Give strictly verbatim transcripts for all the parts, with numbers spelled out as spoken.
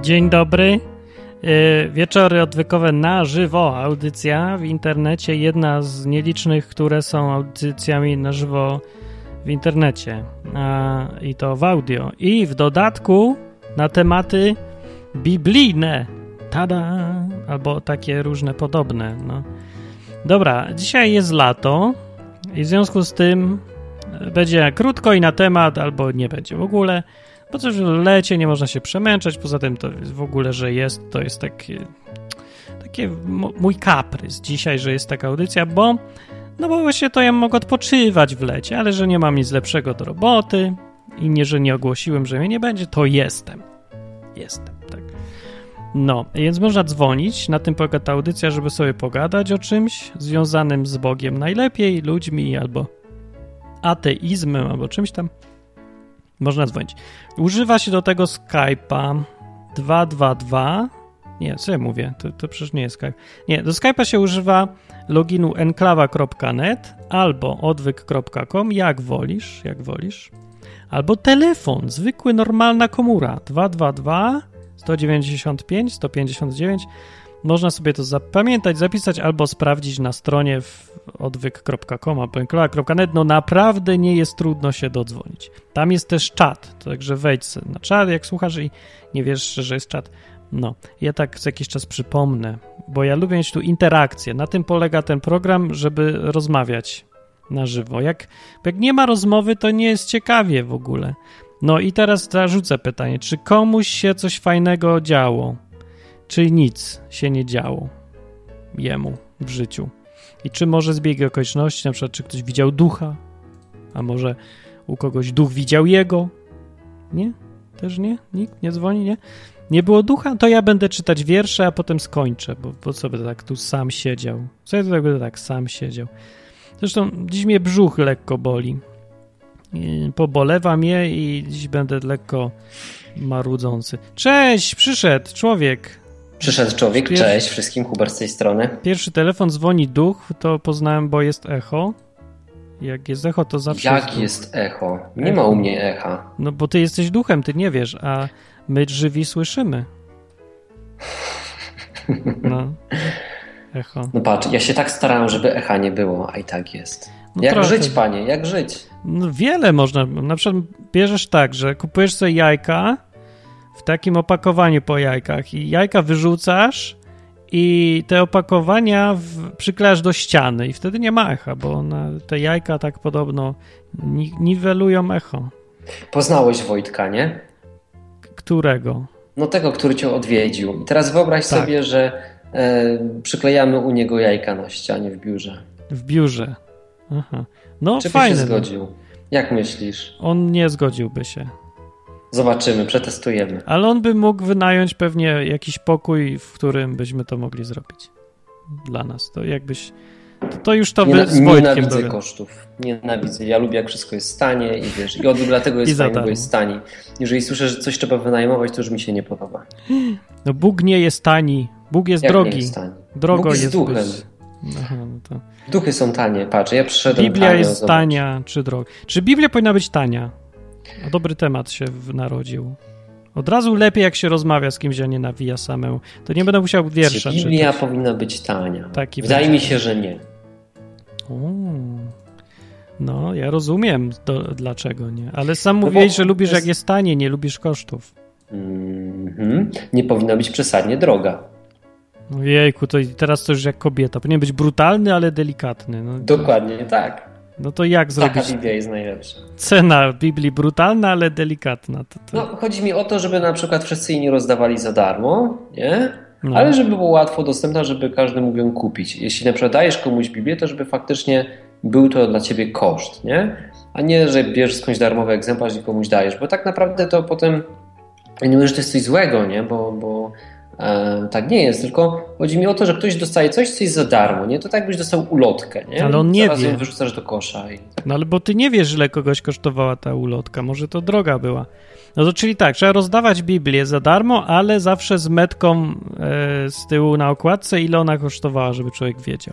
Dzień dobry. Wieczory odwykowe na żywo. Audycja w internecie. Jedna z nielicznych, które są audycjami na żywo w internecie. A, I to w audio. I w dodatku na tematy biblijne. Tada! Albo takie różne podobne. No. Dobra, dzisiaj jest lato i w związku z tym będzie krótko i na temat, albo nie będzie w ogóle. Bo coś w lecie nie można się przemęczać, poza tym to w ogóle, że jest, to jest takie, takie mój kaprys dzisiaj, że jest taka audycja, bo no bo właśnie to ja mogę odpoczywać w lecie, ale że nie mam nic lepszego do roboty i nie, że nie ogłosiłem, że mnie nie będzie, to jestem. Jestem, tak. No, więc można dzwonić, na tym polega ta audycja, żeby sobie pogadać o czymś związanym z Bogiem najlepiej, ludźmi albo ateizmem, albo czymś tam. Można dzwonić. Używa się do tego Skype'a dwa dwa dwa. Nie, co ja mówię? To, to przecież nie jest Skype. Nie, do Skype'a się używa loginu enklawa kropka net albo odwyk kropka com, jak wolisz, jak wolisz. Albo telefon, zwykły, normalna komura. dwa dwa dwa sto dziewięćdziesiąt pięć sto pięćdziesiąt dziewięć. Można sobie to zapamiętać, zapisać albo sprawdzić na stronie w odwyk kropka com albo enklawa kropka net. No naprawdę nie jest trudno się dodzwonić. Tam jest też czat, także wejdź na czat, jak słuchasz i nie wiesz, że jest czat. No, ja tak co jakiś czas przypomnę, bo ja lubię mieć tu interakcję. Na tym polega ten program, żeby rozmawiać na żywo. Jak, jak nie ma rozmowy, to nie jest ciekawie w ogóle. No i teraz zarzucę pytanie, czy komuś się coś fajnego działo? Czy nic się nie działo jemu w życiu? I czy może zbieg okoliczności, na przykład czy ktoś widział ducha, a może u kogoś duch widział jego? Nie? Też nie? Nikt nie dzwoni, nie? Nie było ducha? To ja będę czytać wiersze, a potem skończę, bo po co będę tak tu sam siedział? Co ja tu tak będę tak sam siedział? Zresztą dziś mnie brzuch lekko boli. Pobolewa mnie i dziś będę lekko marudzący. Cześć, przyszedł człowiek. Przyszedł człowiek, Pier... cześć wszystkim, Hubert z tej strony. Pierwszy telefon, dzwoni duch, to poznałem, bo jest echo. Jak jest echo, to zawsze Jak jest, jest echo? Nie echo. Ma u mnie echa. No bo ty jesteś duchem, ty nie wiesz, a my żywi słyszymy. No, echo. No patrz, ja się tak starałem, żeby echa nie było, a i tak jest. No jak trochę. Żyć, panie, jak żyć? No wiele można, na przykład bierzesz tak, że kupujesz sobie jajka w takim opakowaniu po jajkach i jajka wyrzucasz i te opakowania w, przyklejasz do ściany i wtedy nie ma echa, bo one, te jajka tak podobno ni, niwelują echo. Poznałeś Wojtka, nie? Którego? No tego, który cię odwiedził. I teraz wyobraź tak. sobie, że e, przyklejamy u niego jajka na ścianie w biurze. W biurze. Aha. No Czy fajne. Czy by się zgodził? Jak myślisz? On nie zgodziłby się. Zobaczymy, przetestujemy. Ale on by mógł wynająć pewnie jakiś pokój, w którym byśmy to mogli zrobić. Dla nas. To jakbyś... To, to już to nie, z Wojtkiem Nienawidzę dowie. kosztów. Nienawidzę. Ja lubię, jak wszystko jest tanie i wiesz, i odwyk dlatego jest fajny, bo jest tani. Jeżeli słyszę, że coś trzeba wynajmować, to już mi się nie podoba. No Bóg nie jest tani. Bóg jest jak drogi. Nie jest tani? Drogo Bóg jest, jest duchem. Być... Aha, no to... Duchy są tanie. Patrz, ja przyszedłem Biblia tanio, jest zobacz. tania, czy droga. Czy Biblia powinna być tania? O, dobry temat się narodził. Od razu lepiej, jak się rozmawia z kimś, a nie nawija samemu. To nie będę musiał wiersza Czy Biblia czytać. powinna być tania? Taki Wydaje będzie. mi się, że nie. O, no, ja rozumiem do, dlaczego nie. Ale sam no mówiłeś, że lubisz, jest... jak jest tanie, nie lubisz kosztów. Mm-hmm. Nie powinna być przesadnie droga. Jejku, to teraz to już jak kobieta. Powinien być brutalny, ale delikatny. No, Dokładnie to... tak. No to jak zrobić? Taka Biblia jest najlepsza. Cena Biblii brutalna, ale delikatna. To, to... No, chodzi mi o to, żeby na przykład wszyscy jej nie rozdawali za darmo, nie? No. Ale żeby było łatwo dostępna, żeby każdy mógł ją kupić. Jeśli na przykład dajesz komuś Biblię, to żeby faktycznie był to dla ciebie koszt, nie? A nie, że bierzesz skądś darmowy egzemplarz i komuś dajesz, bo tak naprawdę to potem nie mówię, że to jest coś złego, nie? Bo, bo e, tak nie jest, tylko chodzi mi o to, że ktoś dostaje coś, co jest za darmo, nie? To tak jakbyś dostał ulotkę, nie? Ale on nie Zaraz wie. ją wyrzucasz do kosza. I... No ale bo ty nie wiesz, ile kogoś kosztowała ta ulotka, może to droga była. No to czyli tak, trzeba rozdawać Biblię za darmo, ale zawsze z metką e, z tyłu na okładce, ile ona kosztowała, żeby człowiek wiedział.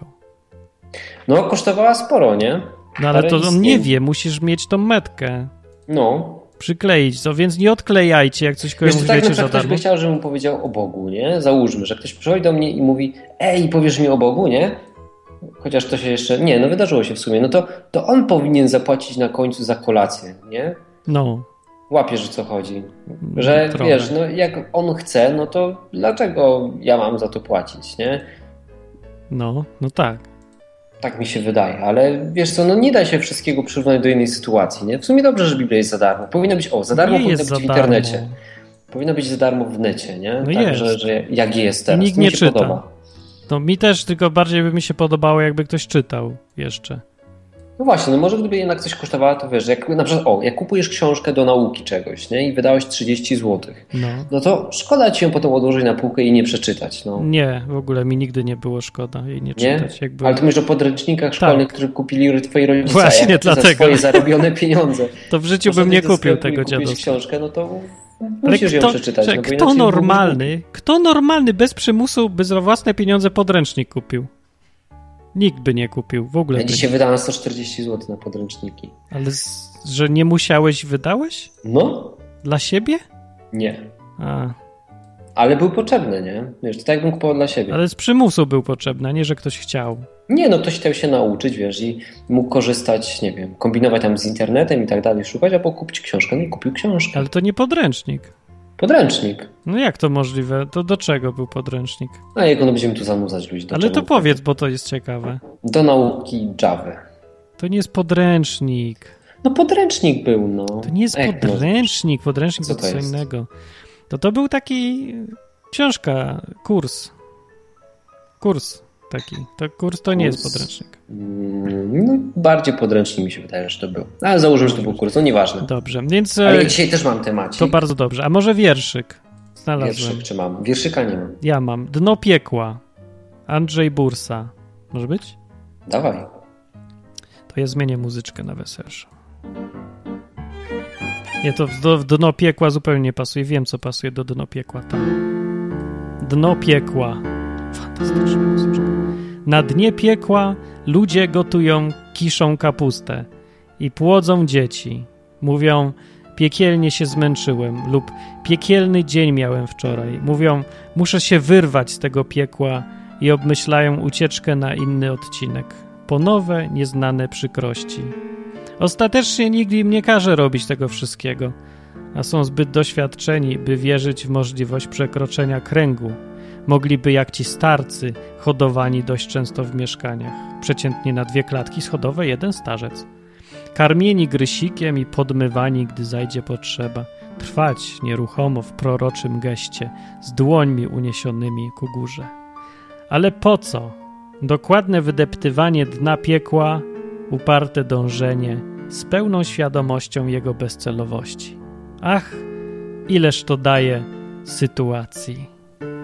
No, kosztowała sporo, nie? No ale Parę to on istnień. nie wie, musisz mieć tą metkę. No. Przykleić to, więc nie odklejajcie, jak coś komuś wiecie, tak, wiecie na za ktoś darmo. by chciał, żebym powiedział o Bogu, nie? Załóżmy, że ktoś przychodzi do mnie i mówi, ej, powiesz mi o Bogu, nie? Chociaż to się jeszcze... Nie, no wydarzyło się w sumie. No to, to on powinien zapłacić na końcu za kolację, nie? No. Łapiesz, o co chodzi. Że Trochę. wiesz, no jak on chce, no to dlaczego ja mam za to płacić, nie? No, no tak. Tak mi się wydaje, ale wiesz co, no nie da się wszystkiego przyrównać do innej sytuacji, nie? W sumie dobrze, że Biblia jest za darmo. Powinna być, o, za darmo Nie powinna jest być w za internecie. darmo. Powinna być za darmo w necie, nie? No tak, jest. Że, że jak jest teraz. I nikt To mi nie się czyta. podoba. No mi też, tylko bardziej by mi się podobało, jakby ktoś czytał jeszcze. No właśnie, no może gdyby jednak coś kosztowała, to wiesz, jak na przykład, o, jak kupujesz książkę do nauki czegoś, nie? I wydałeś trzydzieści złotych, No. no to szkoda ci ją potem odłożyć na półkę i nie przeczytać, no. Nie, w ogóle mi nigdy nie było szkoda jej nie Nie? czytać. Jakby... Ale ty myślisz o podręcznikach szkolnych, które kupili twoi rodzice, Właśnie jak dlatego. za swoje zarobione pieniądze. To w życiu Poszedłeś bym nie do kupił sklepu tego i kupiłeś dziadostwa. książkę, no to Ale musisz kto, ją przeczytać. że No, bo kto inaczej normalny, kto normalny bez przymusu by za własne pieniądze podręcznik kupił? Nikt by nie kupił, w ogóle. Ja by dzisiaj nie. wydałem sto czterdzieści złotych na podręczniki. Ale z, że nie musiałeś, wydałeś? No? Dla siebie? Nie. A, Ale był potrzebny, nie? Wiesz, to tak jakbym kupował dla siebie. ale z przymusu był potrzebny, a nie, że ktoś chciał. Nie, no ktoś chciał się nauczyć, wiesz, i mógł korzystać, nie wiem, kombinować tam z internetem i tak dalej, szukać, albo kupić książkę. No i kupił książkę. Ale to nie podręcznik. Podręcznik. No jak to możliwe? To do czego był podręcznik? A jak ono będziemy tu zanudzać ludzi? Do Ale czego? to powiedz, bo to jest ciekawe. Do nauki Java. To nie jest podręcznik. No podręcznik był, no. To nie jest Ech, podręcznik. Podręcznik Co to to co jest? innego. To to był taki książka, kurs. Kurs taki. To kurs to nie jest Kurs. podręcznik. Mm, no, bardziej podręcznik mi się wydaje, że to był. Ale założymy, że to był kurs, no nieważne. Dobrze, więc Ale ja e, dzisiaj też mam temacik. to bardzo dobrze. A może wierszyk? Znalazłem. Wierszyk czy mam? Wierszyka nie mam. Ja mam. Dno piekła. Andrzej Bursa. Może być? Dawaj. To ja zmienię muzyczkę na weselszą. Nie, to w do, w dno piekła zupełnie nie pasuje. Wiem, co pasuje do dno piekła. Tam. Dno piekła. Fantastyczna muzyczka. Na dnie piekła ludzie gotują kiszą kapustę i płodzą dzieci. Mówią, piekielnie się zmęczyłem lub piekielny dzień miałem wczoraj. Mówią, muszę się wyrwać z tego piekła i obmyślają ucieczkę na inny odcinek. Po nowe, nieznane przykrości. Ostatecznie nikt im nie każe robić tego wszystkiego, a są zbyt doświadczeni, by wierzyć w możliwość przekroczenia kręgu. Mogliby jak ci starcy, hodowani dość często w mieszkaniach, przeciętnie na dwie klatki schodowe jeden starzec. Karmieni grysikiem i podmywani, gdy zajdzie potrzeba. Trwać nieruchomo w proroczym geście, z dłońmi uniesionymi ku górze. Ale po co? Dokładne wydeptywanie dna piekła, uparte dążenie, z pełną świadomością jego bezcelowości. Ach, ileż to daje sytuacji.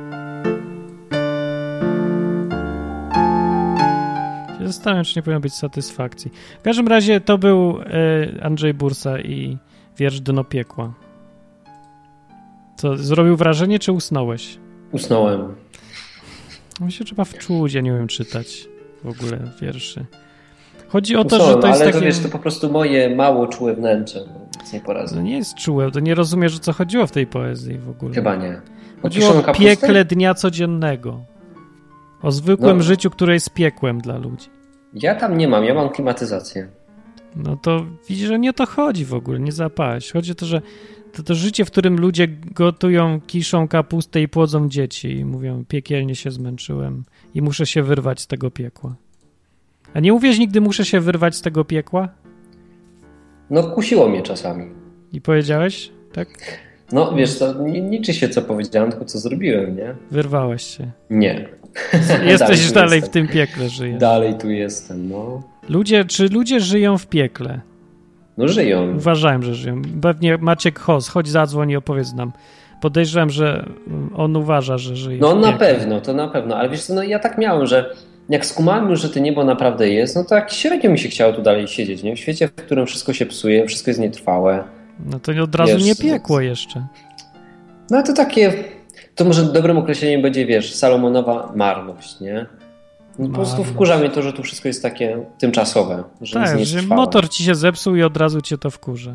Zastanawiam się, czy nie powinno być satysfakcji. W każdym razie to był e, Andrzej Bursa i wiersz Dno piekła. Co, zrobił wrażenie, czy usnąłeś? Usnąłem. Mi się trzeba wczuć, ja nie umiem czytać w ogóle wierszy. Chodzi o to, Usnąłem, że to jest ale takie... to wiesz, to po prostu moje mało czułe wnętrze. No, nic nie poradzę. To nie jest czułe, to nie rozumiesz, o co chodziło w tej poezji w ogóle. Chyba nie. Chodziło o Opiszą piekle kapustę? dnia codziennego. O zwykłym No. życiu, które jest piekłem dla ludzi. Ja tam nie mam, ja mam klimatyzację. No to widzisz, że nie o to chodzi w ogóle, nie zapałeś. Chodzi o to, że to, to życie, w którym ludzie gotują, kiszą kapustę i płodzą dzieci i mówią, piekielnie się zmęczyłem i muszę się wyrwać z tego piekła. A nie mówisz nigdy, muszę się wyrwać z tego piekła? No kusiło mnie czasami. I powiedziałeś, tak? No wiesz, to nie liczy się co powiedziałem, tylko co zrobiłem, nie? Wyrwałeś się. Nie. Jesteś tu dalej jestem. w tym piekle, żyjesz. Dalej tu jestem, no. Ludzie, czy ludzie żyją w piekle? No żyją. Uważałem, że żyją. Pewnie Maciek Hos, chodź zadzwoń i opowiedz nam. Podejrzewam, że on uważa, że żyje No w na piekle. pewno, to na pewno. Ale wiesz co, no ja tak miałem, że jak skumałem już, że to niebo naprawdę jest, no to jak średnio mi się chciało tu dalej siedzieć, nie? W świecie, w którym wszystko się psuje, wszystko jest nietrwałe. No to od razu Wiesz, nie piekło jeszcze. No to takie, to może dobrym określeniem będzie, wiesz, Salomonowa marność, nie? No, po prostu Marność. wkurza mnie to, że tu wszystko jest takie tymczasowe, że Tak, jest że nietrwałe. motor ci się zepsuł i od razu cię to wkurza.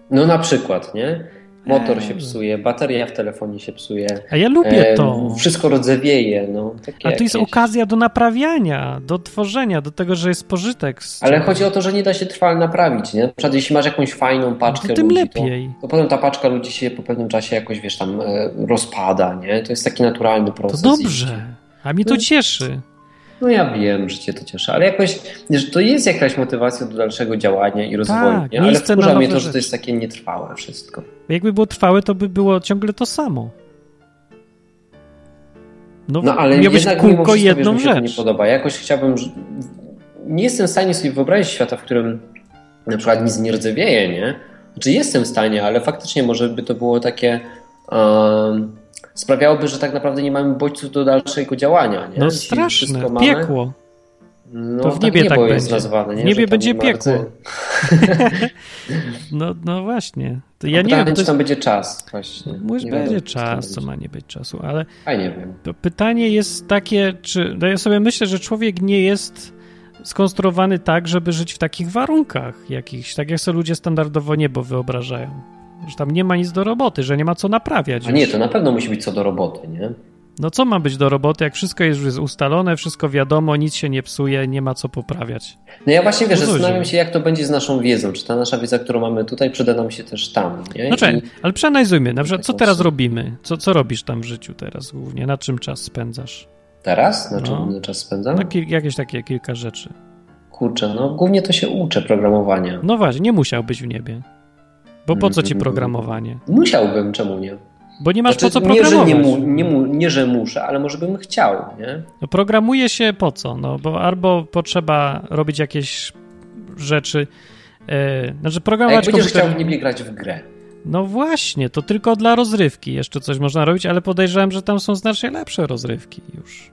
No na przykład, nie? Motor się psuje, bateria w telefonie się psuje. A ja lubię to. E, wszystko rodzewieje. No, takie A to jest jakieś... okazja do naprawiania, do tworzenia, do tego, że jest pożytek. Z Ale chodzi o to, że nie da się trwale naprawić, nie? Na przykład jeśli masz jakąś fajną paczkę no to tym ludzi, lepiej. To, to potem ta paczka ludzi się po pewnym czasie jakoś, wiesz, tam e, rozpada, nie? To jest taki naturalny proces. To dobrze, a mnie to no, cieszy. No ja wiem, że cię to cieszy, ale jakoś, wiesz, to jest jakaś motywacja do dalszego działania i rozwoju, tak, nie? Ale wkurza mnie to, rzeczy. że to jest takie nietrwałe wszystko. Jakby było trwałe, to by było ciągle to samo. No, no ale miałbyś jednak kółko mimo wszystko, jedną wiesz, mi się rzecz. to nie podoba. Jakoś chciałbym, nie jestem w stanie sobie wyobrazić świata, w którym na przykład nic nie rdzewieje, nie? Znaczy jestem w stanie, ale faktycznie może by to było takie... Um, sprawiałoby, że tak naprawdę nie mamy bodźców do dalszego działania. Nie? No straszne, mamy, piekło. No, to w niebie tak, tak będzie. Jest nazwane, nie? W niebie że będzie marcy... piekło. no, no właśnie. To ja no, nie wiem, czy to jest... tam będzie czas właśnie. Może będzie wiadomo, czas, co ma nie być czasu, ale a nie wiem. To pytanie jest takie, czy... No ja sobie myślę, że człowiek nie jest skonstruowany tak, żeby żyć w takich warunkach jakichś, tak jak sobie ludzie standardowo niebo wyobrażają. Że tam nie ma nic do roboty, że nie ma co naprawiać. A już. Nie, to na pewno musi być co do roboty, nie? No co ma być do roboty, jak wszystko jest już ustalone, wszystko wiadomo, nic się nie psuje, nie ma co poprawiać. No ja właśnie, wiesz, zastanawiam się, jak to będzie z naszą wiedzą. Czy ta nasza wiedza, którą mamy tutaj, przyda nam się też tam, nie? Znaczy, I... ale przeanalizujmy, na przykład, co teraz robimy? Co, co robisz tam w życiu teraz głównie? Na czym czas spędzasz? Teraz? Na czym no. czas spędzam? No, kil- jakieś takie kilka rzeczy. Kurczę, no głównie to się uczę programowania. No właśnie, nie musiałbyś w niebie. Bo po co ci programowanie? Musiałbym, czemu nie? Bo nie masz znaczy, po co nie, programować. Że nie, mu, nie, mu, nie, że muszę, ale może bym chciał, nie? No programuje się po co? No bo albo potrzeba robić jakieś rzeczy, yy, znaczy programować... A jak będziesz komputer... chciał w niebie grać w grę? No właśnie, to tylko dla rozrywki jeszcze coś można robić, ale podejrzewam, że tam są znacznie lepsze rozrywki już.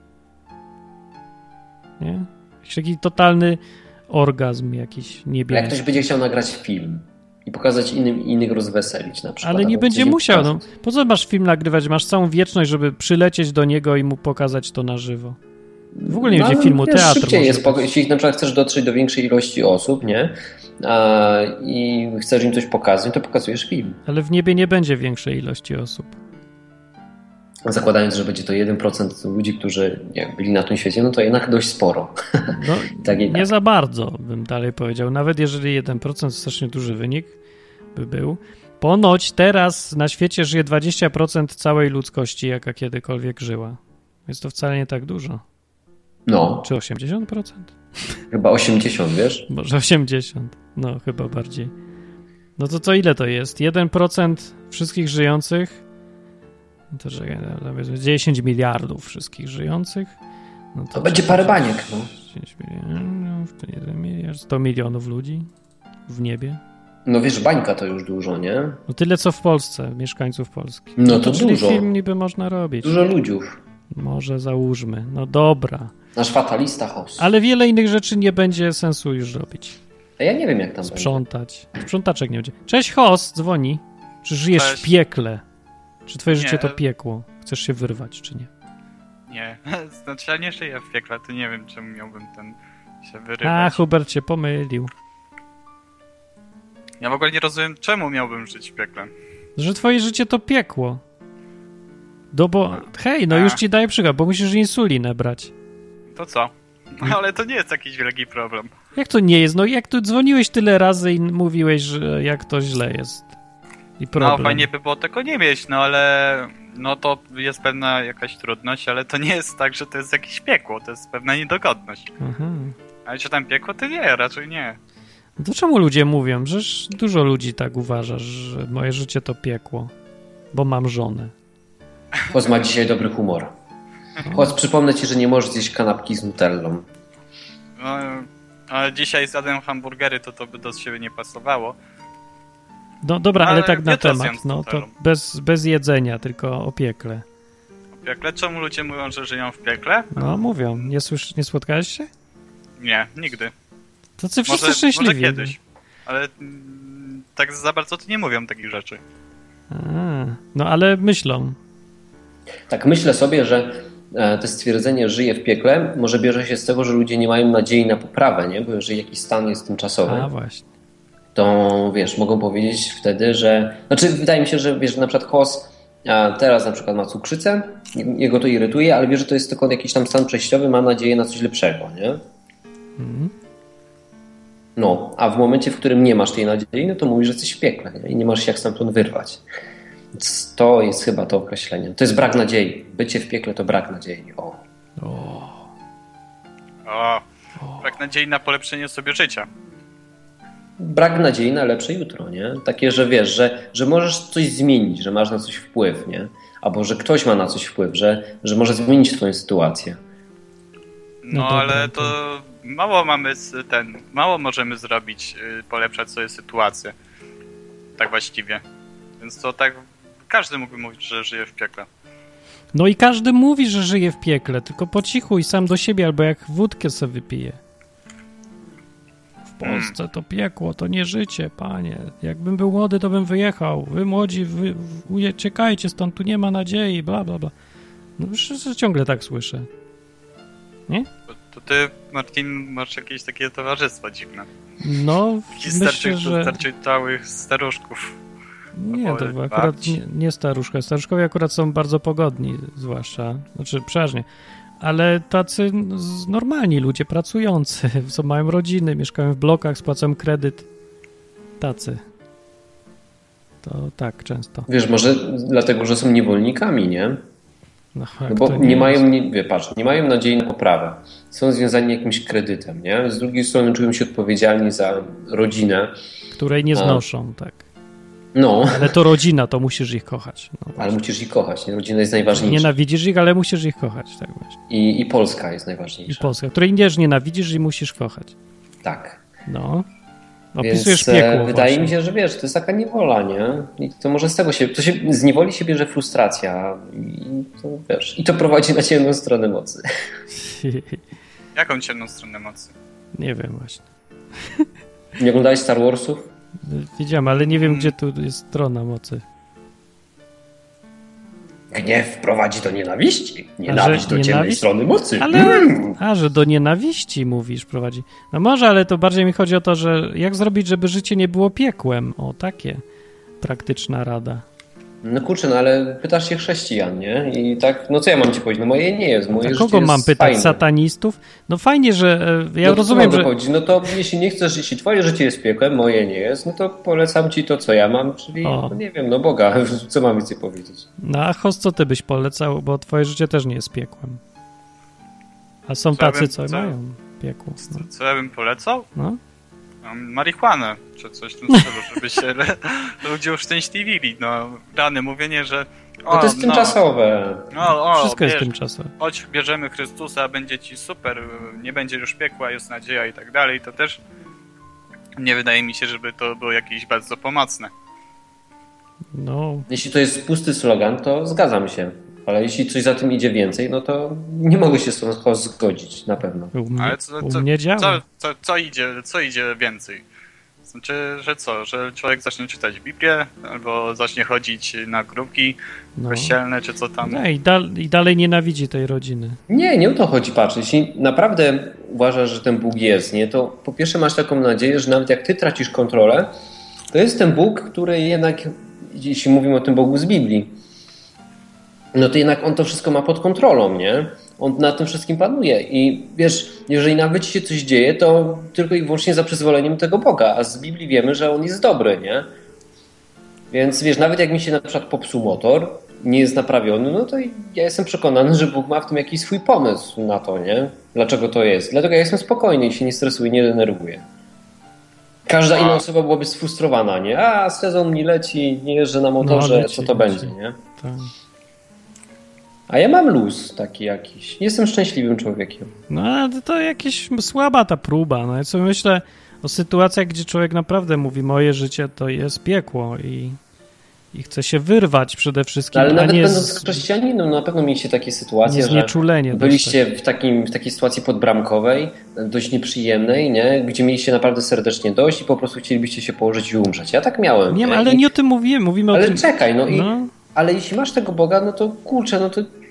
Nie? Jakiś taki totalny orgazm jakiś niebiański. Jak ktoś będzie chciał nagrać film i pokazać innym, innych rozweselić na przykład. Ale nie będzie musiał. No. Po co masz film nagrywać? Masz całą wieczność, żeby przylecieć do niego i mu pokazać to na żywo. W ogóle nie no, będzie filmu, wiesz, teatr. Szybciej jest, być. Jeśli na przykład chcesz dotrzeć do większej ilości osób, nie? A, i chcesz im coś pokazać, to pokazujesz film. Ale w niebie nie będzie większej ilości osób. Zakładając, że będzie to jeden procent ludzi, którzy jak byli na tym świecie, no to jednak dość sporo. No, tak nie tak. za bardzo, bym dalej powiedział. Nawet jeżeli jeden procent to strasznie duży wynik by był. Ponoć teraz na świecie żyje dwadzieścia procent całej ludzkości, jaka kiedykolwiek żyła. Więc to wcale nie tak dużo. No. Czy osiemdziesiąt procent? Chyba osiemdziesiąt, wiesz? Może osiemdziesiąt. No, chyba bardziej. No to co ile to jest? jeden procent wszystkich żyjących to że dziesięć miliardów wszystkich żyjących. No to, to będzie parę baniek, no. dziesięć milionów, to jeden miliard, sto milionów ludzi w niebie. No wiesz, bańka to już dużo, nie? No tyle co w Polsce, mieszkańców Polski. No, no to, to dużo. film niby można robić. Dużo ludziów. Może załóżmy. No dobra. Nasz fatalista host. Ale wiele innych rzeczy nie będzie sensu już robić. A ja nie wiem, jak tam Sprzątać. Będzie. Sprzątaczek nie będzie. Cześć, host, dzwoni. Czy żyjesz Cześć. w piekle? Czy twoje nie. życie to piekło? Chcesz się wyrwać, czy nie? Nie. Znaczy ja nie żyję w piekle, to nie wiem, czemu miałbym ten się wyrywać. A, Hubert cię pomylił. Ja w ogóle nie rozumiem, czemu miałbym żyć w piekle. Że twoje życie to piekło. No bo, hej, no A. już ci daję przykład, bo musisz insulinę brać. To co? No, ale to nie jest jakiś wielki problem. Jak to nie jest? No jak tu dzwoniłeś tyle razy i mówiłeś, że jak to źle jest. I problem. No fajnie by było tego nie mieć, no ale no to jest pewna jakaś trudność, ale to nie jest tak, że to jest jakieś piekło, to jest pewna niedogodność. Aha. Ale czy tam piekło, to nie, raczej nie. No to czemu ludzie mówią? Przecież dużo ludzi tak uważa, że moje życie to piekło, bo mam żonę. Chodź, ma dzisiaj dobry humor. Chodź, przypomnę ci, że nie możesz zjeść kanapki z nutellą. No, ale dzisiaj zjadłem hamburgery, to to by do siebie nie pasowało. No dobra, ale, Ale tak na jutro temat, zjem z no to nutellą. bez, bez jedzenia, tylko o piekle. W piekle? Czemu ludzie mówią, że żyją w piekle? No mówią, nie, słysz, nie spotkałeś się? Nie, nigdy. To ty wszyscy Może, szczęśliwi. może kiedyś. Ale mm, tak za bardzo to nie mówią takich rzeczy. A, no ale myślą. Tak, myślę sobie, że to stwierdzenie żyje w piekle może bierze się z tego, że ludzie nie mają nadziei na poprawę, nie? Bo jeżeli jakiś stan jest tymczasowy. A właśnie. to wiesz, mogą powiedzieć wtedy, że... Znaczy wydaje mi się, że wiesz, na przykład Hoss a teraz na przykład ma cukrzycę, jego to irytuje, ale wie, że to jest tylko jakiś tam stan przejściowy, ma nadzieję na coś lepszego, nie? Mhm. No, a w momencie, w którym nie masz tej nadziei, no to mówisz, że jesteś w piekle, nie? I nie masz się jak stamtąd wyrwać. Więc to jest chyba to określenie. To jest brak nadziei. Bycie w piekle to brak nadziei. O. O. O. Brak nadziei na polepszenie sobie życia. Brak nadziei na lepsze jutro, nie? Takie, że wiesz, że, że możesz coś zmienić, że masz na coś wpływ, nie? Albo że ktoś ma na coś wpływ, że, że może zmienić twoją sytuację. No, no ale to mało mamy ten, mało możemy zrobić, polepszać sobie sytuację. Tak właściwie. Więc to tak każdy mógłby mówić, że żyje w piekle. No i każdy mówi, że żyje w piekle, tylko po cichu i sam do siebie, albo jak wódkę sobie wypije. W Polsce to piekło, to nie życie, panie. Jakbym był młody, to bym wyjechał. Wy młodzi, wy, uciekajcie stąd, tu nie ma nadziei, bla, bla, bla. No już ciągle tak słyszę. Nie? To, to ty, Martin, masz jakieś takie towarzystwo dziwne. No, myślę, że... Starczytałych staruszków. Nie, to akurat nie, nie staruszka. Staruszkowie akurat są bardzo pogodni, zwłaszcza, znaczy przeważnie. Ale tacy normalni ludzie, pracujący, co mają rodziny, mieszkają w blokach, spłacają kredyt. Tacy. To tak często. Wiesz, może dlatego, że są niewolnikami, nie? No, no bo nie, nie mają, nie, wie, patrz, nie mają nadziei na poprawę. Są związani jakimś kredytem, nie? Z drugiej strony czują się odpowiedzialni za rodzinę. Której nie znoszą, A. tak. No. Ale to rodzina, to musisz ich kochać. No ale musisz ich kochać, nie? Rodzina jest najważniejsza. Nienawidzisz ich, ale musisz ich kochać, tak właśnie. I, I Polska jest najważniejsza. I Polska, której też nienawidzisz i musisz kochać. Tak. No. Opisujesz Więc piekło wydaje właśnie. mi się, że wiesz, to jest taka niewola, nie? I to może z tego się, to się z niewoli się bierze frustracja i to, wiesz, i to prowadzi na ciemną stronę mocy. Jaką ciemną stronę mocy? Nie wiem właśnie. Nie oglądałeś Star Warsów? Widziałem, ale nie wiem, hmm. gdzie tu jest strona mocy. Gniew prowadzi do nienawiści. Nienawiść do nienawiść? ciemnej strony mocy. Ale, mm. A, że do nienawiści mówisz prowadzi. No może, ale to bardziej mi chodzi o to, że jak zrobić, żeby życie nie było piekłem. O, takie praktyczna rada. No kurczę, no ale pytasz się chrześcijan, nie? I tak, no co ja mam ci powiedzieć? No moje nie jest. Moje no kogo mam jest pytać? fajne. Satanistów? No fajnie, że ja no rozumiem, że... powiedzieć? No to jeśli nie chcesz, jeśli twoje życie jest piekłem, moje nie jest, no to polecam ci to, co ja mam, czyli, no nie wiem, no Boga, co mam więcej powiedzieć. No a Hoss, co ty byś polecał? Bo twoje życie też nie jest piekłem. A są co tacy, ja bym, co, co mają piekło. No. Co ja bym polecał? No? Marihuanę, czy coś w tym stylu, żeby się ludzie uszczęśliwili. No, rany, mówienie, że o, no to jest no, tymczasowe. No, o, Wszystko wiesz, jest tymczasowe. Chodź, bierzemy Chrystusa, będzie ci super, nie będzie już piekła, jest nadzieja i tak dalej. To też nie wydaje mi się, żeby to było jakieś bardzo pomocne. No. Jeśli to jest pusty slogan, to zgadzam się. Ale jeśli coś za tym idzie więcej, no to nie mogę się z tym zgodzić, na pewno. U mnie, ale co, co, u mnie działa. Co, co, co, idzie, co idzie więcej? Znaczy, że co? Że człowiek zacznie czytać Biblię, albo zacznie chodzić na grupki no. kościelne, czy co tam? No i, dal, i dalej nienawidzi tej rodziny. Nie, nie o to chodzi, patrz. Jeśli naprawdę uważasz, że ten Bóg jest, nie, to po pierwsze masz taką nadzieję, że nawet jak ty tracisz kontrolę, to jest ten Bóg, który jednak, jeśli mówimy o tym Bogu z Biblii, no to jednak on to wszystko ma pod kontrolą, nie? On nad tym wszystkim panuje i wiesz, jeżeli nawet ci się coś dzieje, to tylko i wyłącznie za przyzwoleniem tego Boga, a z Biblii wiemy, że on jest dobry, nie? Więc wiesz, nawet jak mi się na przykład popsuł motor, nie jest naprawiony, no to ja jestem przekonany, że Bóg ma w tym jakiś swój pomysł na to, nie? Dlaczego to jest? Dlatego ja jestem spokojny i się nie stresuję, nie denerwuję. Każda inna osoba byłaby sfrustrowana, nie? A, sezon mi leci, nie jeżdżę na motorze, no, leci, co to leci. Będzie, nie? Tak. A ja mam luz taki jakiś. Jestem szczęśliwym człowiekiem. No, to jakieś słaba ta próba. No ja sobie myślę o sytuacjach, gdzie człowiek naprawdę mówi, moje życie to jest piekło i, i chce się wyrwać przede wszystkim. No, ale nawet nie będąc z... chrześcijaninem, na pewno mieliście takie sytuacje, że byliście w, takim, w takiej sytuacji podbramkowej, dość nieprzyjemnej, nie? Gdzie mieliście naprawdę serdecznie dość i po prostu chcielibyście się położyć i umrzeć. Ja tak miałem. Nie, nie? ale I... nie o tym mówiłem. Mówimy ale o tym... czekaj, no, no. i... Ale jeśli masz tego Boga, no to kurczę, no to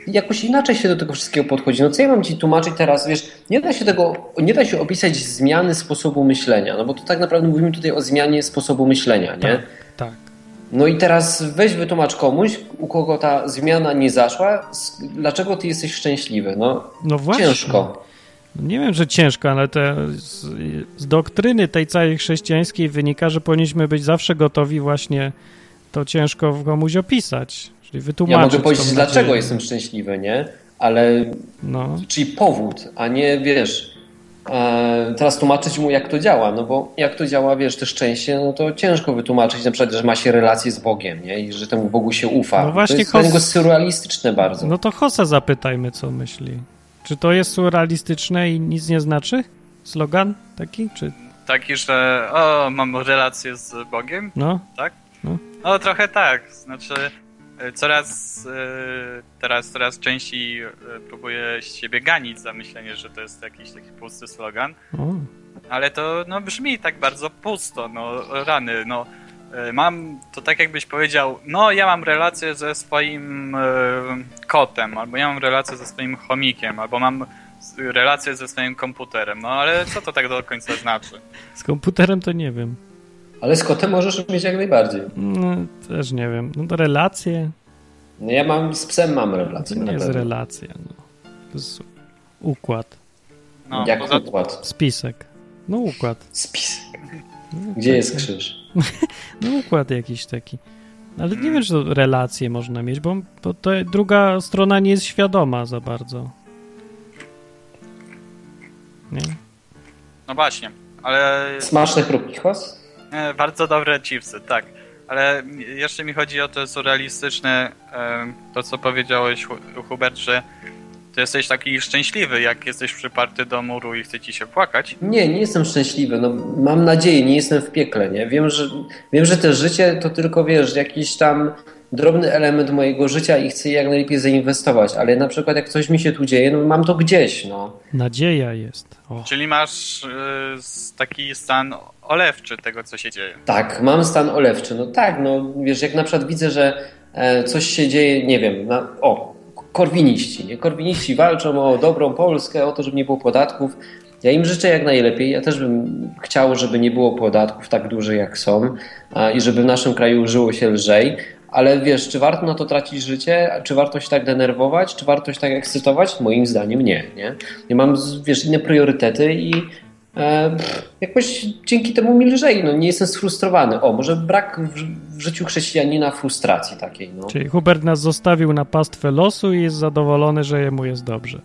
jakoś inaczej się do tego wszystkiego podchodzi. No co ja mam ci tłumaczyć teraz, wiesz, nie da się tego, nie da się opisać zmiany sposobu myślenia, no bo to tak naprawdę mówimy tutaj o zmianie sposobu myślenia, nie? Tak, tak. No i teraz weź wytłumacz komuś, u kogo ta zmiana nie zaszła, dlaczego ty jesteś szczęśliwy, no, no właśnie. Ciężko. Nie wiem, że ciężko, ale te, z, z doktryny tej całej chrześcijańskiej wynika, że powinniśmy być zawsze gotowi właśnie to ciężko komuś opisać, czyli wytłumaczyć. Ja mogę powiedzieć, dlaczego jestem szczęśliwy, nie? Ale, no. czyli powód, a nie, wiesz, e, teraz tłumaczyć mu, jak to działa, no bo jak to działa, wiesz, to szczęście, no to ciężko wytłumaczyć na przykład, że ma się relację z Bogiem, nie? I że temu Bogu się ufa. No właśnie, to jest Hos... dla niego surrealistyczne bardzo. No to Hossa zapytajmy, co myśli. Czy to jest surrealistyczne i nic nie znaczy? Slogan taki? Czy... Taki, że o, mam relację z Bogiem? No. Tak? No, no trochę tak. Znaczy coraz teraz coraz częściej próbuję siebie ganić za myślenie, że to jest jakiś taki pusty slogan. o. Ale to no, brzmi tak bardzo pusto, no rany, no. Mam, to tak jakbyś powiedział, no ja mam relację ze swoim y, kotem, albo ja mam relację ze swoim chomikiem, albo mam relację ze swoim komputerem, no ale co to tak do końca znaczy? Z komputerem to nie wiem. Ale z kotem możesz mieć jak najbardziej. No, też nie wiem. No to relacje. No ja mam, z psem mam relację. To nie jest relacja, no. To jest układ. No, jak poza... układ? Spisek. No układ. Spisek. Gdzie tak, jest krzyż? No układ jakiś taki. Ale nie wiem, czy to relacje można mieć, bo, bo to druga strona nie jest świadoma za bardzo. Nie? No właśnie, ale... Smaczne chrupki Hos? E, bardzo dobre chipsy, tak. Ale jeszcze mi chodzi o to surrealistyczne, e, to co powiedziałeś, Hubert, że ty jesteś taki szczęśliwy, jak jesteś przyparty do muru i chce ci się płakać. Nie, nie jestem szczęśliwy. No, mam nadzieję, nie jestem w piekle, nie? Wiem, że, wiem, że te życie to tylko, wiesz, jakiś tam drobny element mojego życia i chcę jak najlepiej zainwestować, ale na przykład jak coś mi się tu dzieje, no mam to gdzieś, no. Nadzieja jest. O. Czyli masz y, taki stan olewczy tego, co się dzieje. Tak, mam stan olewczy. No tak, no wiesz, jak na przykład widzę, że e, coś się dzieje, nie wiem, na, o, korwiniści, nie? Korwiniści walczą o dobrą Polskę, o to, żeby nie było podatków. Ja im życzę jak najlepiej. Ja też bym chciał, żeby nie było podatków tak dużych, jak są a, i żeby w naszym kraju żyło się lżej. Ale wiesz, czy warto na to tracić życie? Czy warto się tak denerwować? Czy warto się tak ekscytować? Moim zdaniem nie, nie? Ja mam, wiesz, inne priorytety i e, pff, jakoś dzięki temu mi lżej. No, nie jestem sfrustrowany. O, może brak w, w życiu chrześcijanina frustracji takiej. No. Czyli Hubert nas zostawił na pastwę losu i jest zadowolony, że jemu jest dobrze.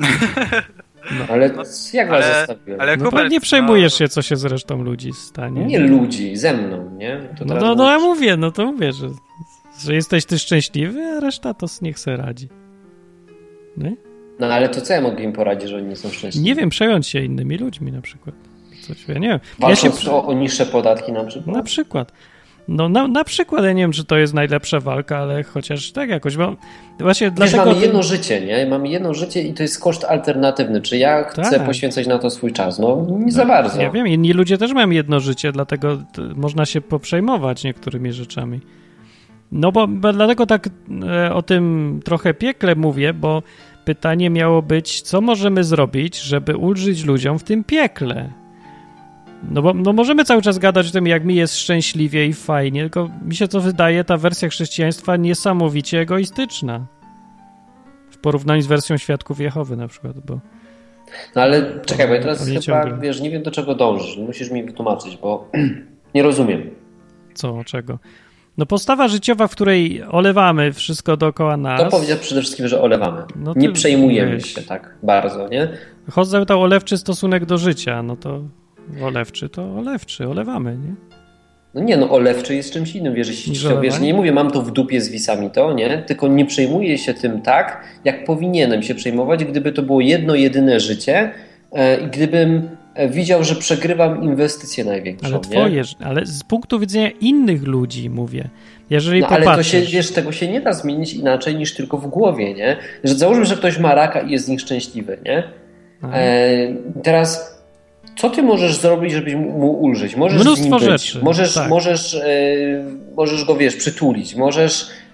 No. Ale jak was ale, zostawiłem? Ale no Hubert, nie przejmujesz no... się, co się z resztą ludzi stanie. Nie ludzi, ze mną, nie? To no, no, no ja mówię, no to mówię, że, że jesteś ty szczęśliwy, a reszta to niech se radzi. Nie? No ale to co ja mogę im poradzić, że oni nie są szczęśliwi? Nie wiem, przejąć się innymi ludźmi na przykład. Coś, ja nie wiem. Walcząc ja się... o, o niższe podatki na przykład? Na przykład. No na, na przykład, ja nie wiem, czy to jest najlepsza walka, ale chociaż tak jakoś, bo właśnie Wiesz, dlatego... mamy tym... jedno życie, nie? Mamy jedno życie i to jest koszt alternatywny. Czy ja chcę tak. poświęcać na to swój czas? No nie no, za bardzo. Ja wiem, inni ludzie też mają jedno życie, dlatego można się poprzejmować niektórymi rzeczami. No bo, bo dlatego tak e, o tym trochę piekle mówię, bo pytanie miało być, co możemy zrobić, żeby ulżyć ludziom w tym piekle? No bo no możemy cały czas gadać o tym, jak mi jest szczęśliwie i fajnie, tylko mi się to wydaje, ta wersja chrześcijaństwa niesamowicie egoistyczna. W porównaniu z wersją Świadków Jehowy na przykład, bo... No ale czekaj, bo ja teraz chyba, ciągle. wiesz, nie wiem do czego dążysz, musisz mi wytłumaczyć, bo nie rozumiem. Co, czego? No postawa życiowa, w której olewamy wszystko dookoła nas... To powiedział przede wszystkim, że olewamy. No nie przejmujemy wiesz. się tak bardzo, nie? Chodź zapytał olewczy stosunek do życia, no to olewczy to olewczy, olewamy, nie? No nie, no olewczy jest czymś innym, wiesz, jeśli to, wiesz, nie mówię, mam to w dupie z wisami to, nie? Tylko nie przejmuję się tym tak, jak powinienem się przejmować, gdyby to było jedno, jedyne życie e, i gdybym widział, że przegrywam inwestycję największą, ale twoje, nie? Ale z punktu widzenia innych ludzi mówię. Jeżeli no popatrzysz... ale to się, wiesz, tego się nie da zmienić inaczej niż tylko w głowie, nie? Że załóżmy, że ktoś ma raka i jest z nich szczęśliwy, nie? E, teraz co ty możesz zrobić, żebyś mu ulżyć? Możesz Mnóstwo z nim być. rzeczy. Możesz, tak. możesz, e, możesz go, wiesz, przytulić. Możesz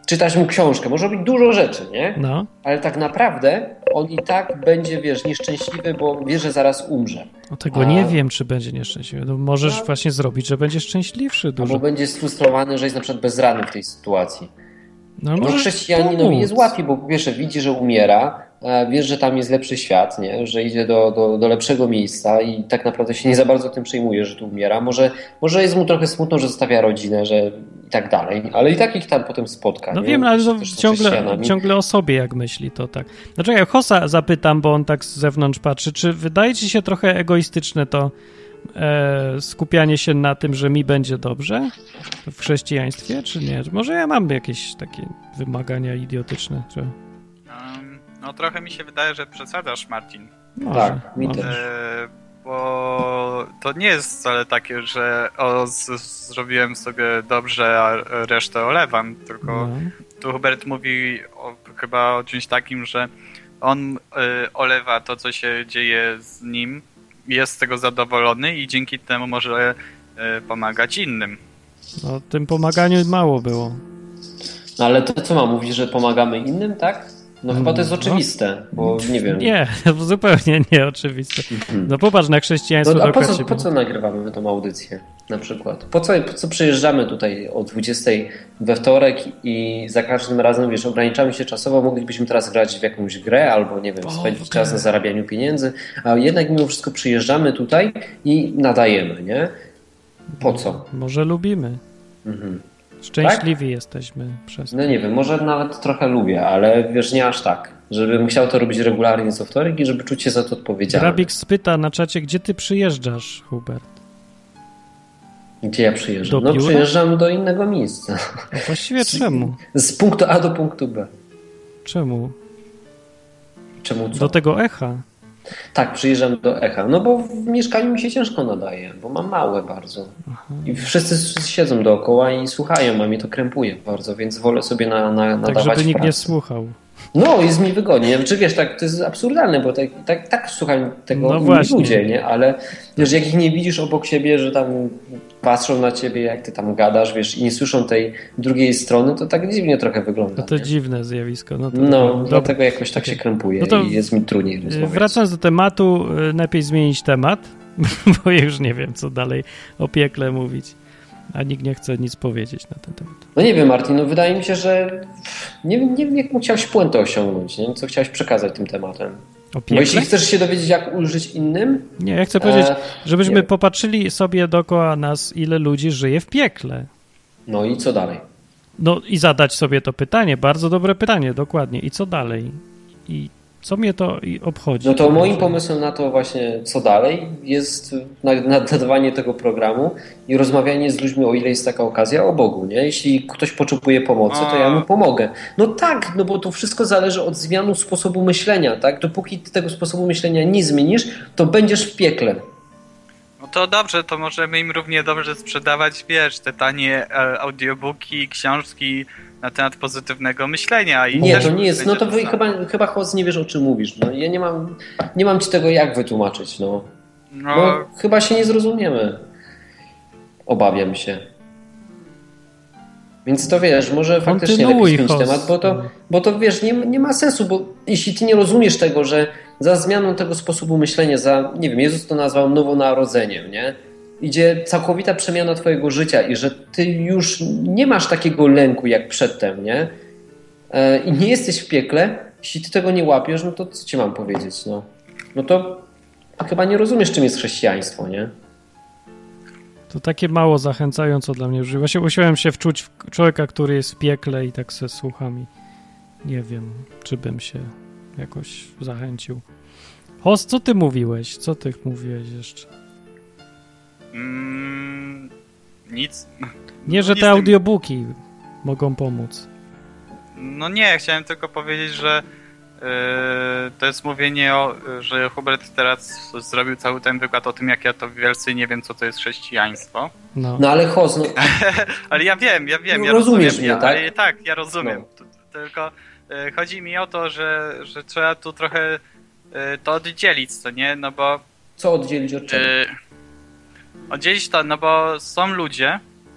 czytać mu książkę, może robić dużo rzeczy, nie? No. Ale tak naprawdę on i tak będzie, wiesz, nieszczęśliwy, bo wie, że zaraz umrze. O tego A... nie wiem, czy będzie nieszczęśliwy. No możesz no. właśnie zrobić, że będzie szczęśliwszy dużo. Albo będzie sfrustrowany, że jest na przykład bezradny w tej sytuacji. No, no chrześcijaninowi jest łatwiej, bo wiesz, widzi, że umiera, wiesz, że tam jest lepszy świat, nie? Że idzie do, do, do lepszego miejsca i tak naprawdę się nie za bardzo tym przejmuje, że tu umiera. Może, może jest mu trochę smutno, że zostawia rodzinę, że i tak dalej, ale i tak ich tam potem spotka. No nie? wiem, ale to ciągle, ciągle o sobie jak myśli to tak. Znaczy ja Hossa zapytam, bo on tak z zewnątrz patrzy, czy wydaje ci się trochę egoistyczne to e, skupianie się na tym, że mi będzie dobrze w chrześcijaństwie, czy nie? Może ja mam jakieś takie wymagania idiotyczne, czy... No trochę mi się wydaje, że przesadzasz, Marcin. Może, tak, mi też. E, bo to nie jest wcale takie, że o, z, zrobiłem sobie dobrze, a resztę olewam, tylko no. Tu Hubert mówi o, chyba o czymś takim, że on y, olewa to, co się dzieje z nim, jest z tego zadowolony i dzięki temu może y, pomagać innym. No tym pomaganiu mało było. No ale to co ma mówić, że pomagamy innym, tak? No chyba to jest oczywiste, bo nie wiem. Nie, zupełnie nie oczywiste. No popatrz na chrześcijaństwo. No, a po co, po co nagrywamy tą audycję na przykład? Po co, po co przyjeżdżamy tutaj o dwudziestej we wtorek i za każdym razem, wiesz, ograniczamy się czasowo, moglibyśmy teraz grać w jakąś grę albo, nie wiem, o, spędzić okay. czas na zarabianiu pieniędzy, a jednak mimo wszystko przyjeżdżamy tutaj i nadajemy, nie? Po co? Może lubimy. Mhm. Szczęśliwi tak? jesteśmy przez to. No nie wiem, może nawet trochę lubię, ale wiesz, nie aż tak. Żebym chciał to robić regularnie co wtorek i żeby czuć się za to odpowiedzialny. Grabik spyta na czacie, gdzie ty przyjeżdżasz, Hubert? Gdzie ja przyjeżdżam? Do no biura? Przyjeżdżam do innego miejsca. No właściwie z, czemu? Z punktu A do punktu B. Czemu? Czemu co? Do tego echa. Tak, przyjeżdżam do echa. No bo w mieszkaniu mi się ciężko nadaje, bo mam małe bardzo. Aha. I wszyscy siedzą dookoła i słuchają, a mnie to krępuje bardzo, więc wolę sobie na, na, nadawać tak, żeby nikt pracę. nie słuchał. No, jest mi wygodnie. Czy wiesz, tak, to jest absurdalne, bo tak, tak, tak słuchają tego no inni ludzie, nie? Ale wiesz, jak ich nie widzisz obok siebie, że tam patrzą na ciebie, jak ty tam gadasz, wiesz, i nie słyszą tej drugiej strony, to tak dziwnie trochę wygląda. No to nie? dziwne zjawisko. No, to no dlatego jakoś tak się krępuje no i jest mi trudniej rozmawiać. Wracając do tematu, lepiej zmienić temat, bo ja już nie wiem, co dalej o piekle mówić. A nikt nie chce nic powiedzieć na ten temat. No nie wiem, Martin, no wydaje mi się, że nie, nie wiem, jaką chciałeś puentę osiągnąć, nie? Co chciałeś przekazać tym tematem. Bo jeśli chcesz się dowiedzieć, jak ulżyć innym... Nie, ja chcę powiedzieć, żebyśmy nie. popatrzyli sobie dookoła nas, ile ludzi żyje w piekle. No i co dalej? No i zadać sobie to pytanie, bardzo dobre pytanie, dokładnie. I co dalej? I co mnie to obchodzi? No to moim pomysłem na to właśnie, co dalej, jest nadawanie tego programu i rozmawianie z ludźmi, o ile jest taka okazja, o Bogu, nie? Jeśli ktoś potrzebuje pomocy, to ja mu pomogę. No tak, no bo to wszystko zależy od zmiany sposobu myślenia, tak? Dopóki ty tego sposobu myślenia nie zmienisz, to będziesz w piekle. No to dobrze, to możemy im równie dobrze sprzedawać, wiesz, te tanie audiobooki, książki na temat pozytywnego myślenia. I nie, to nie jest, no to wy, chyba, chyba Hoss nie wiesz, o czym mówisz. No, ja nie mam, nie mam ci tego jak wytłumaczyć, no. No, no chyba się nie zrozumiemy. Obawiam się. Więc to wiesz, może faktycznie lepiej zmienić temat, bo to, bo to wiesz, nie, nie ma sensu, bo jeśli ty nie rozumiesz tego, że za zmianą tego sposobu myślenia, za, nie wiem, Jezus to nazwał nowonarodzeniem, nie? Idzie całkowita przemiana twojego życia i że ty już nie masz takiego lęku jak przedtem, nie? I nie jesteś w piekle, jeśli ty tego nie łapiesz, no to co ci mam powiedzieć, no? No to chyba nie rozumiesz, czym jest chrześcijaństwo, nie? To takie mało zachęcająco dla mnie. Właśnie musiałem się wczuć w człowieka, który jest w piekle i tak se słucham i nie wiem, czy bym się jakoś zachęcił. Hoss, co ty mówiłeś? Co ty mówiłeś jeszcze? Mm, nic. Nie, że te audiobooki mogą pomóc. No nie, chciałem tylko powiedzieć, że yy, to jest mówienie o, że Hubert teraz zrobił cały ten wykład o tym, jak ja to wielce nie wiem, co to jest chrześcijaństwo. No, no ale Hoss, no... ale ja wiem, ja wiem, ja rozumiesz rozumiem, mnie, tak? Ale, tak, ja rozumiem. No. Tylko yy, chodzi mi o to, że, że trzeba tu trochę yy, to oddzielić, co nie? No bo... Co oddzielić od czego? Yy, Oddzielić to, no bo są ludzie,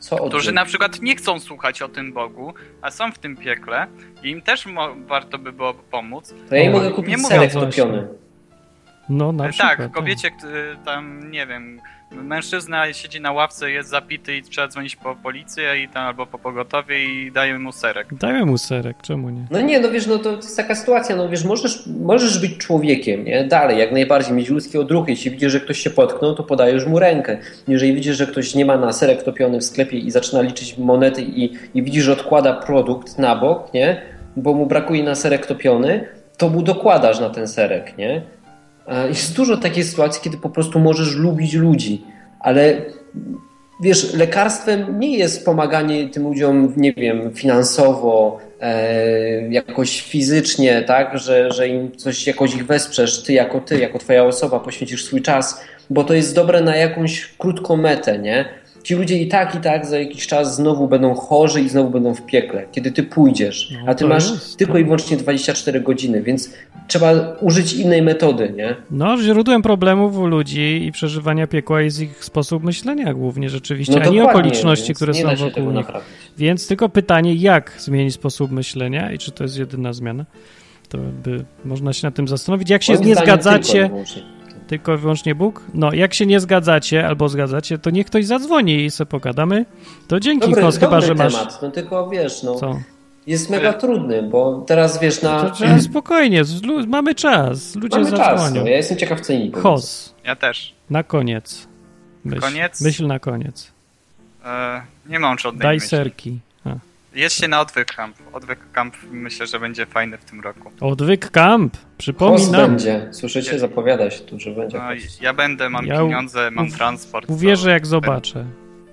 Co którzy na przykład nie chcą słuchać o tym Bogu, a są w tym piekle i im też mo- warto by było pomóc. To ja im mogę kupić serek topiony. No, na przykład. Tak, kobiecie, który tam, nie wiem, mężczyzna siedzi na ławce, jest zapity i trzeba dzwonić po policję i tam albo po pogotowie i daje mu serek. Daję mu serek, czemu nie? No nie, no wiesz, no to, to jest taka sytuacja, no wiesz, możesz, możesz być człowiekiem, nie? Dalej, jak najbardziej, mieć ludzkie odruchy. Jeśli widzisz, że ktoś się potknął, to podajesz mu rękę. Jeżeli widzisz, że ktoś nie ma na serek topiony w sklepie i zaczyna liczyć monety i, i widzisz, że odkłada produkt na bok, nie? Bo mu brakuje na serek topiony, to mu dokładasz na ten serek, nie? Jest dużo takich sytuacji, kiedy po prostu możesz lubić ludzi, ale wiesz, lekarstwem nie jest pomaganie tym ludziom, nie wiem, finansowo, e, jakoś fizycznie, tak, że, że im coś jakoś ich wesprzesz, ty jako ty, jako twoja osoba poświęcisz swój czas, bo to jest dobre na jakąś krótką metę, nie? Ci ludzie i tak, i tak za jakiś czas znowu będą chorzy i znowu będą w piekle, kiedy ty pójdziesz, no, a ty masz jest, tylko to... i wyłącznie dwadzieścia cztery godziny, więc trzeba użyć innej metody, nie? No, źródłem problemów u ludzi i przeżywania piekła jest ich sposób myślenia głównie rzeczywiście, no a nie okoliczności, które są wokół nich. Naprawić. Więc tylko pytanie, jak zmienić sposób myślenia i czy to jest jedyna zmiana, to by można się nad tym zastanowić. Jak się Moim nie zdaniem zgadzacie... tylko Tylko i wyłącznie Bóg? No, jak się nie zgadzacie albo zgadzacie, to niech ktoś zadzwoni i sobie pogadamy. To dzięki, dobry, Kos, chyba, że masz... temat, no tylko wiesz, no Co? jest mega trudny, bo teraz wiesz na... To trzeba spokojnie, mamy czas, ludzie mamy zadzwonią. czas, no. Ja jestem ciekaw, co inni Kos. Ja też. Na koniec. Myśl. Koniec? Myśl na koniec. E, nie mam żadnej Daj myśli. serki. A. Jedźcie na Odwyk Camp. Odwyk Camp myślę, że będzie fajny w tym roku. Odwyk Camp, Kos przypominam. będzie, słyszycie? Zapowiada się tu, że będzie. No, ja będę, mam Ja pieniądze, mam u- transport. Uwierzę, jak zobaczę.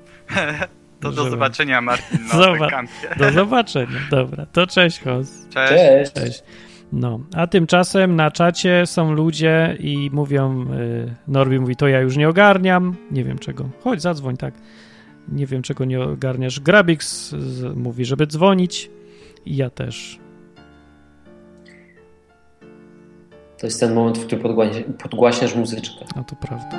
To do Żeby- zobaczenia, Martin, na Zobacz. Odwyk Campie. Do zobaczenia. Dobra, to cześć, Kos. Cześć. Cześć! Cześć. No, a tymczasem na czacie są ludzie i mówią, y, Norbi mówi, to ja już nie ogarniam, nie wiem czego, chodź zadzwoń, tak, nie wiem czego nie ogarniasz, Grabix z, mówi, żeby dzwonić i ja też. To jest ten moment, w którym podgłaś- podgłaśniasz muzyczkę. No to prawda.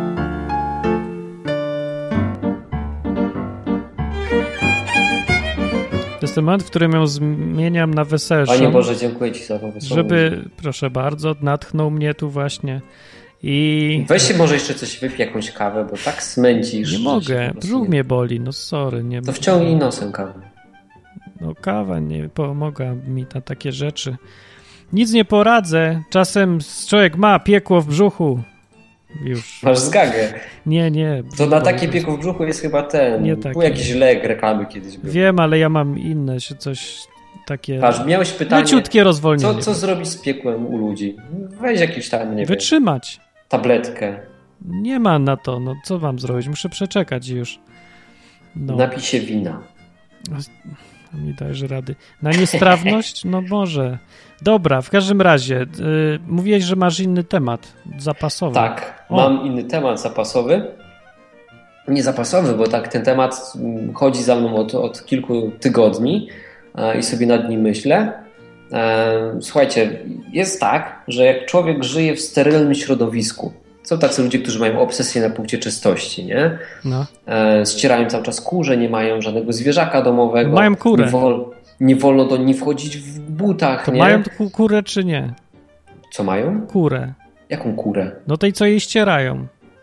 To jest ten moment, w którym ją zmieniam na weselszą. Panie Boże, dziękuję Ci za to wysłanie. Żeby, proszę bardzo, natchnął mnie tu właśnie i... Weź się może jeszcze coś wypij, jakąś kawę, bo tak smęcisz. Nie że mogę, się po prostu brzuch nie- mnie boli, no sorry. Nie To wciągnij nosem kawę. No kawa nie pomaga mi na takie rzeczy. Nic nie poradzę, czasem człowiek ma piekło w brzuchu. Już. Masz zgagę. Nie, nie. To na boli takie po piekło w brzuchu jest chyba ten. Nie Był takie. jakiś lek reklamy kiedyś był. Wiem, ale ja mam inne, się coś takie... Patrz, miałeś pytanie, Leciutkie rozwolnienie. co, co zrobić z piekłem u ludzi? Weź jakiś tam, nie wiem, Wytrzymać. tabletkę. Nie ma na to, no co mam zrobić? Muszę przeczekać już. No, Napij się wina. nie dajesz rady. Na niestrawność? No może. Dobra, w każdym razie, yy, mówiłeś, że masz inny temat zapasowy. Tak, O. mam inny temat zapasowy. Nie zapasowy, bo tak ten temat mm, chodzi za mną od, od kilku tygodni e, i sobie nad nim myślę. E, słuchajcie, jest tak, że jak człowiek żyje w sterylnym środowisku, są tacy ludzie, którzy mają obsesję na punkcie czystości, nie? No. E, ścierają cały czas kurze, nie mają żadnego zwierzaka domowego. Mają kurę. Nie, wol, nie wolno do nich wchodzić w butach, To nie? mają ku- kurę czy nie? Co mają? Kurę. Jaką kurę? No tej, co jej ścierają.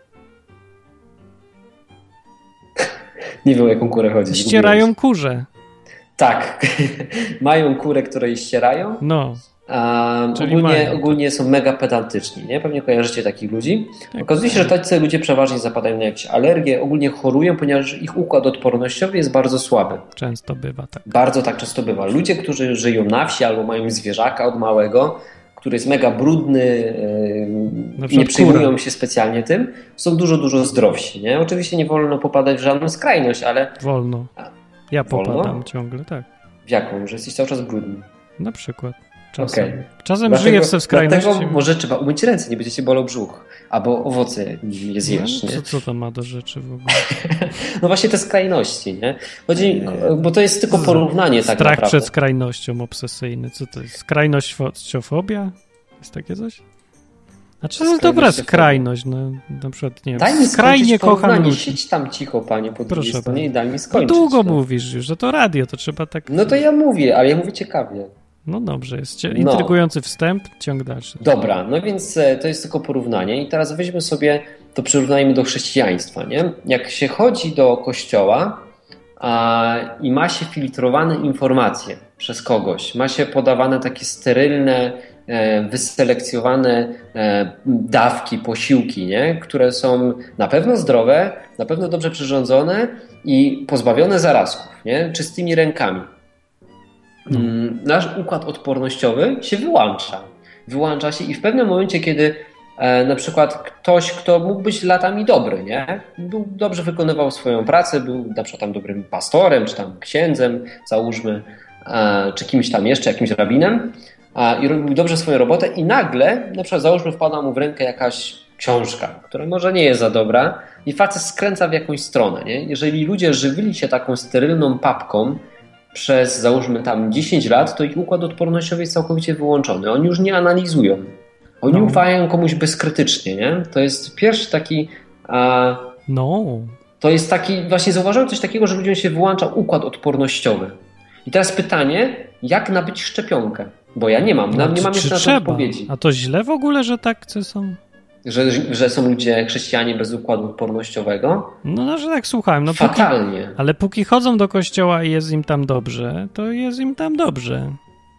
Nie wiem, o jaką kurę chodzi. Ścierają Zgubiłem się. kurze. Tak. Mają kurę, której ścierają. No. A, Czyli ogólnie, mają. ogólnie są mega pedantyczni, nie? Pewnie kojarzycie takich ludzi. Tak. Okazuje się, że tacy ludzie przeważnie zapadają na jakieś alergie, ogólnie chorują, ponieważ ich układ odpornościowy jest bardzo słaby. Często bywa tak. Bardzo tak często bywa. Ludzie, którzy żyją na wsi albo mają zwierzaka od małego, który jest mega brudny Na yy, przykład i nie przejmują kura. się specjalnie tym, są dużo, dużo zdrowsi, nie? Oczywiście nie wolno popadać w żadną skrajność, ale Wolno. Ja Wolno? popadam ciągle, tak. w jaką? Że jesteś cały czas brudny. Na przykład. Czasem. Okej. Czasem Dlatego- żyję w se skrajności. Dlatego może trzeba umyć ręce, nie będziecie bolał brzuch. Albo owoce je zjesz, No, nie? co, co to ma do rzeczy w ogóle? No właśnie te skrajności, nie? Chodzi, bo to jest tylko porównanie tak Strach naprawdę. przed skrajnością obsesyjny. Co to jest? Skrajnościofobia? Jest takie coś? Znaczy, to jest dobra skrajność. No, na przykład, nie wiem, daj mi skrajnie kocham ludzi. Siedź tam cicho, panie, po drugiej stronie i daj mi skończyć. No długo no. mówisz już, że to radio, to trzeba tak... No to ja mówię, ale ja mówię ciekawie. No dobrze, jest intrygujący no. wstęp, ciąg dalszy. Dobra, no więc to jest tylko porównanie i teraz weźmy sobie, to przyrównajmy do chrześcijaństwa, nie? Jak się chodzi do kościoła a, i ma się filtrowane informacje przez kogoś, ma się podawane takie sterylne, e, wyselekcjonowane e, dawki, posiłki, nie? Które są na pewno zdrowe, na pewno dobrze przyrządzone i pozbawione zarazków, nie? Czystymi rękami. Hmm. Nasz układ odpornościowy się wyłącza. Wyłącza się i w pewnym momencie, kiedy e, na przykład ktoś, kto mógł być latami dobry, nie? Był, dobrze wykonywał swoją pracę, był na przykład tam dobrym pastorem, czy tam księdzem, załóżmy, e, czy kimś tam jeszcze, jakimś rabinem e, i robił dobrze swoją robotę i nagle, na przykład załóżmy, wpada mu w rękę jakaś książka, która może nie jest za dobra i facet skręca w jakąś stronę, nie? Jeżeli ludzie żywili się taką sterylną papką przez, załóżmy tam dziesięć lat, to ich układ odpornościowy jest całkowicie wyłączony. Oni już nie analizują. Oni no. ufają komuś bezkrytycznie, nie? To jest pierwszy taki... A, no. To jest taki... Właśnie zauważyłem coś takiego, że ludziom się wyłącza układ odpornościowy. I teraz pytanie, jak nabyć szczepionkę? Bo ja nie mam. No, nie mam jeszcze na to odpowiedzi. A to źle w ogóle, że tak są... Że, że są ludzie, chrześcijanie bez układu odpornościowego? No, no że tak słuchałem. No, fatalnie. Póki, ale póki chodzą do kościoła i jest im tam dobrze, to jest im tam dobrze.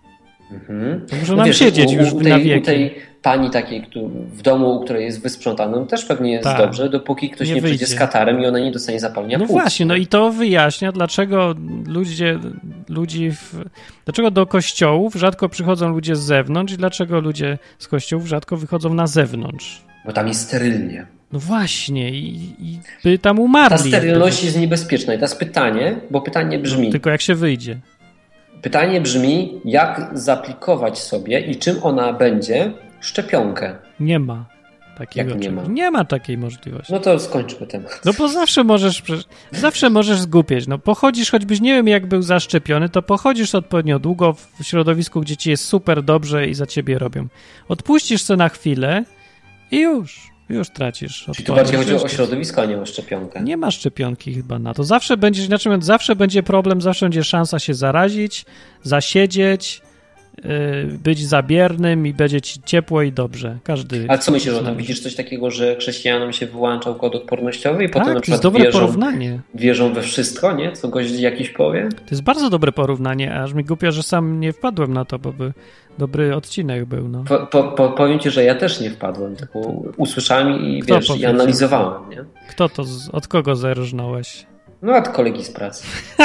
Mhm. To może no nam wiesz, siedzieć u, już u tej, na wieki. U tej pani takiej który, w domu, u której jest wysprzątane, też pewnie jest tak. dobrze, dopóki ktoś nie, nie przyjdzie z katarem i ona nie dostanie zapalenia No płuc. właśnie, no i to wyjaśnia, dlaczego ludzie, ludzi w, dlaczego do kościołów rzadko przychodzą ludzie z zewnątrz i dlaczego ludzie z kościołów rzadko wychodzą na zewnątrz. Bo tam jest sterylnie. No właśnie i, i by tam umarli. Ta sterylność jest niebezpieczna i teraz pytanie, bo pytanie brzmi... No, tylko jak się wyjdzie. Pytanie brzmi, jak zaaplikować sobie i czym ona będzie szczepionkę. Nie ma takiego. Jak nie ma? Nie ma takiej możliwości. No to skończmy temat. No bo zawsze możesz, zawsze możesz zgłupieć. No pochodzisz, choćbyś nie wiem jak był zaszczepiony, to pochodzisz odpowiednio długo w środowisku, gdzie ci jest super dobrze i za ciebie robią. Odpuścisz se na chwilę i już, już tracisz. Czyli tu bardziej chodzi o środowisko, a nie o szczepionkę. Nie ma szczepionki chyba na to. Zawsze będzie, inaczej mówiąc, zawsze będzie problem, zawsze będzie szansa się zarazić, zasiedzieć, yy, być zabiernym i będzie ci ciepło i dobrze. Każdy. A co myślisz o tym? Widzisz coś takiego, że chrześcijanom się wyłącza układ odpornościowy i tak, potem na przykład to jest dobre wierzą, porównanie. wierzą we wszystko, nie? Co gość jakiś powie? To jest bardzo dobre porównanie, aż mi głupio, że sam nie wpadłem na to, bo by dobry odcinek był. No. Po, po, po, powiem ci, że ja też nie wpadłem, tylko usłyszałem i, wiesz, i analizowałem. Nie? Kto to? Z, od kogo zerżnąłeś? No od kolegi z pracy.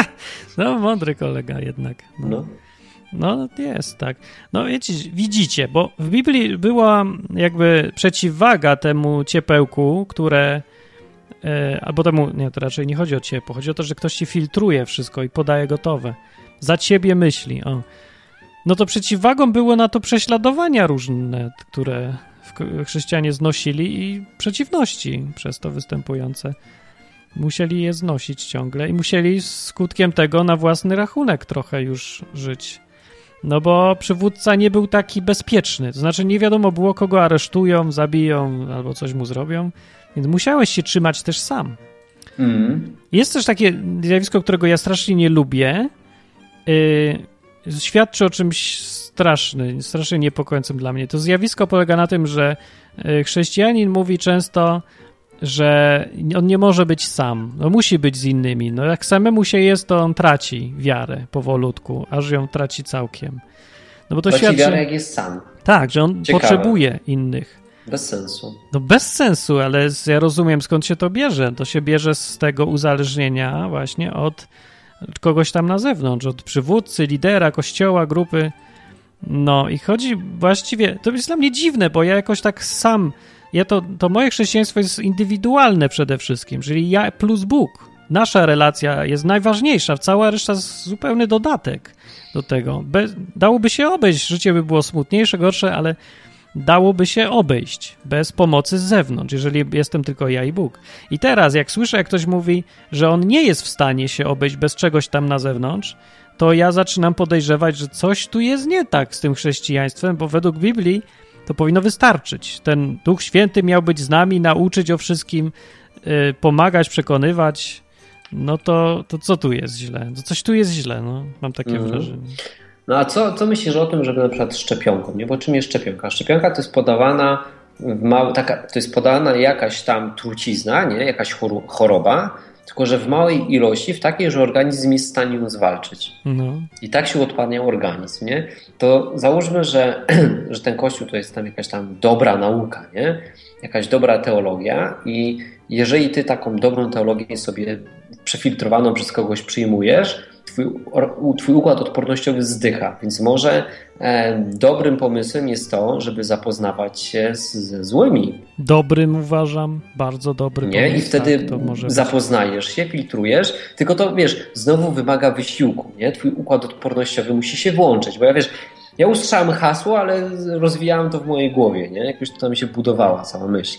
No mądry kolega jednak. No. no. No jest, tak. No wiecie, widzicie, bo w Biblii była jakby przeciwwaga temu ciepełku, które e, albo temu, nie, to raczej nie chodzi o ciepło, chodzi o to, że ktoś ci filtruje wszystko i podaje gotowe. Za ciebie myśli, o. No to przeciwwagą było na to prześladowania różne, które chrześcijanie znosili i przeciwności przez to występujące. Musieli je znosić ciągle i musieli skutkiem tego na własny rachunek trochę już żyć. No bo przywódca nie był taki bezpieczny. To znaczy nie wiadomo było, kogo aresztują, zabiją albo coś mu zrobią. Więc musiałeś się trzymać też sam. Mm. Jest też takie zjawisko, którego ja strasznie nie lubię. Yy, świadczy o czymś strasznym, strasznie niepokojącym dla mnie. To zjawisko polega na tym, że chrześcijanin mówi często, że on nie może być sam. No musi być z innymi. No jak samemu się jest, to on traci wiarę powolutku, aż ją traci całkiem. No bo to traci świadczy... wiarę, jak jest sam. Tak, że on Ciekawe. potrzebuje innych. Bez sensu. No bez sensu, ale ja rozumiem, skąd się to bierze. To się bierze z tego uzależnienia właśnie od kogoś tam na zewnątrz, od przywódcy, lidera, kościoła, grupy. No i chodzi właściwie... To jest dla mnie dziwne, bo ja jakoś tak sam... Ja to, to moje chrześcijaństwo jest indywidualne przede wszystkim, czyli ja plus Bóg. Nasza relacja jest najważniejsza, cała reszta jest zupełny dodatek do tego. Bez, dałoby się obejść, życie by było smutniejsze, gorsze, ale dałoby się obejść bez pomocy z zewnątrz, jeżeli jestem tylko ja i Bóg. I teraz, jak słyszę, jak ktoś mówi, że on nie jest w stanie się obejść bez czegoś tam na zewnątrz, to ja zaczynam podejrzewać, że coś tu jest nie tak z tym chrześcijaństwem, bo według Biblii to powinno wystarczyć. Ten Duch Święty miał być z nami, nauczyć o wszystkim, yy, pomagać, przekonywać. No to, to co tu jest źle? To coś tu jest źle, no. Mam takie mm. wrażenie. No a co, co myślisz o tym, żeby na przykład szczepionką, nie? Bo czym jest szczepionka? Szczepionka to jest podawana w mał, taka, to jest podawana jakaś tam trucizna, nie? Jakaś choroba, tylko że w małej ilości, w takiej, że organizm jest w stanie ją zwalczyć. No. I tak się uodparnia organizm, nie? To załóżmy, że, że ten Kościół to jest tam jakaś tam dobra nauka, nie? Jakaś dobra teologia i jeżeli ty taką dobrą teologię sobie przefiltrowaną przez kogoś przyjmujesz, Twój, twój układ odpornościowy zdycha, więc może e, dobrym pomysłem jest to, żeby zapoznawać się z, ze złymi. Dobrym uważam, bardzo dobry nie? pomysł. I wtedy tak, to może zapoznajesz się, filtrujesz, tylko to wiesz, znowu wymaga wysiłku, nie? Twój układ odpornościowy musi się włączyć, bo ja wiesz, ja usłyszałem hasło, ale rozwijałem to w mojej głowie, nie? Jakoś to tam się budowała cała myśl.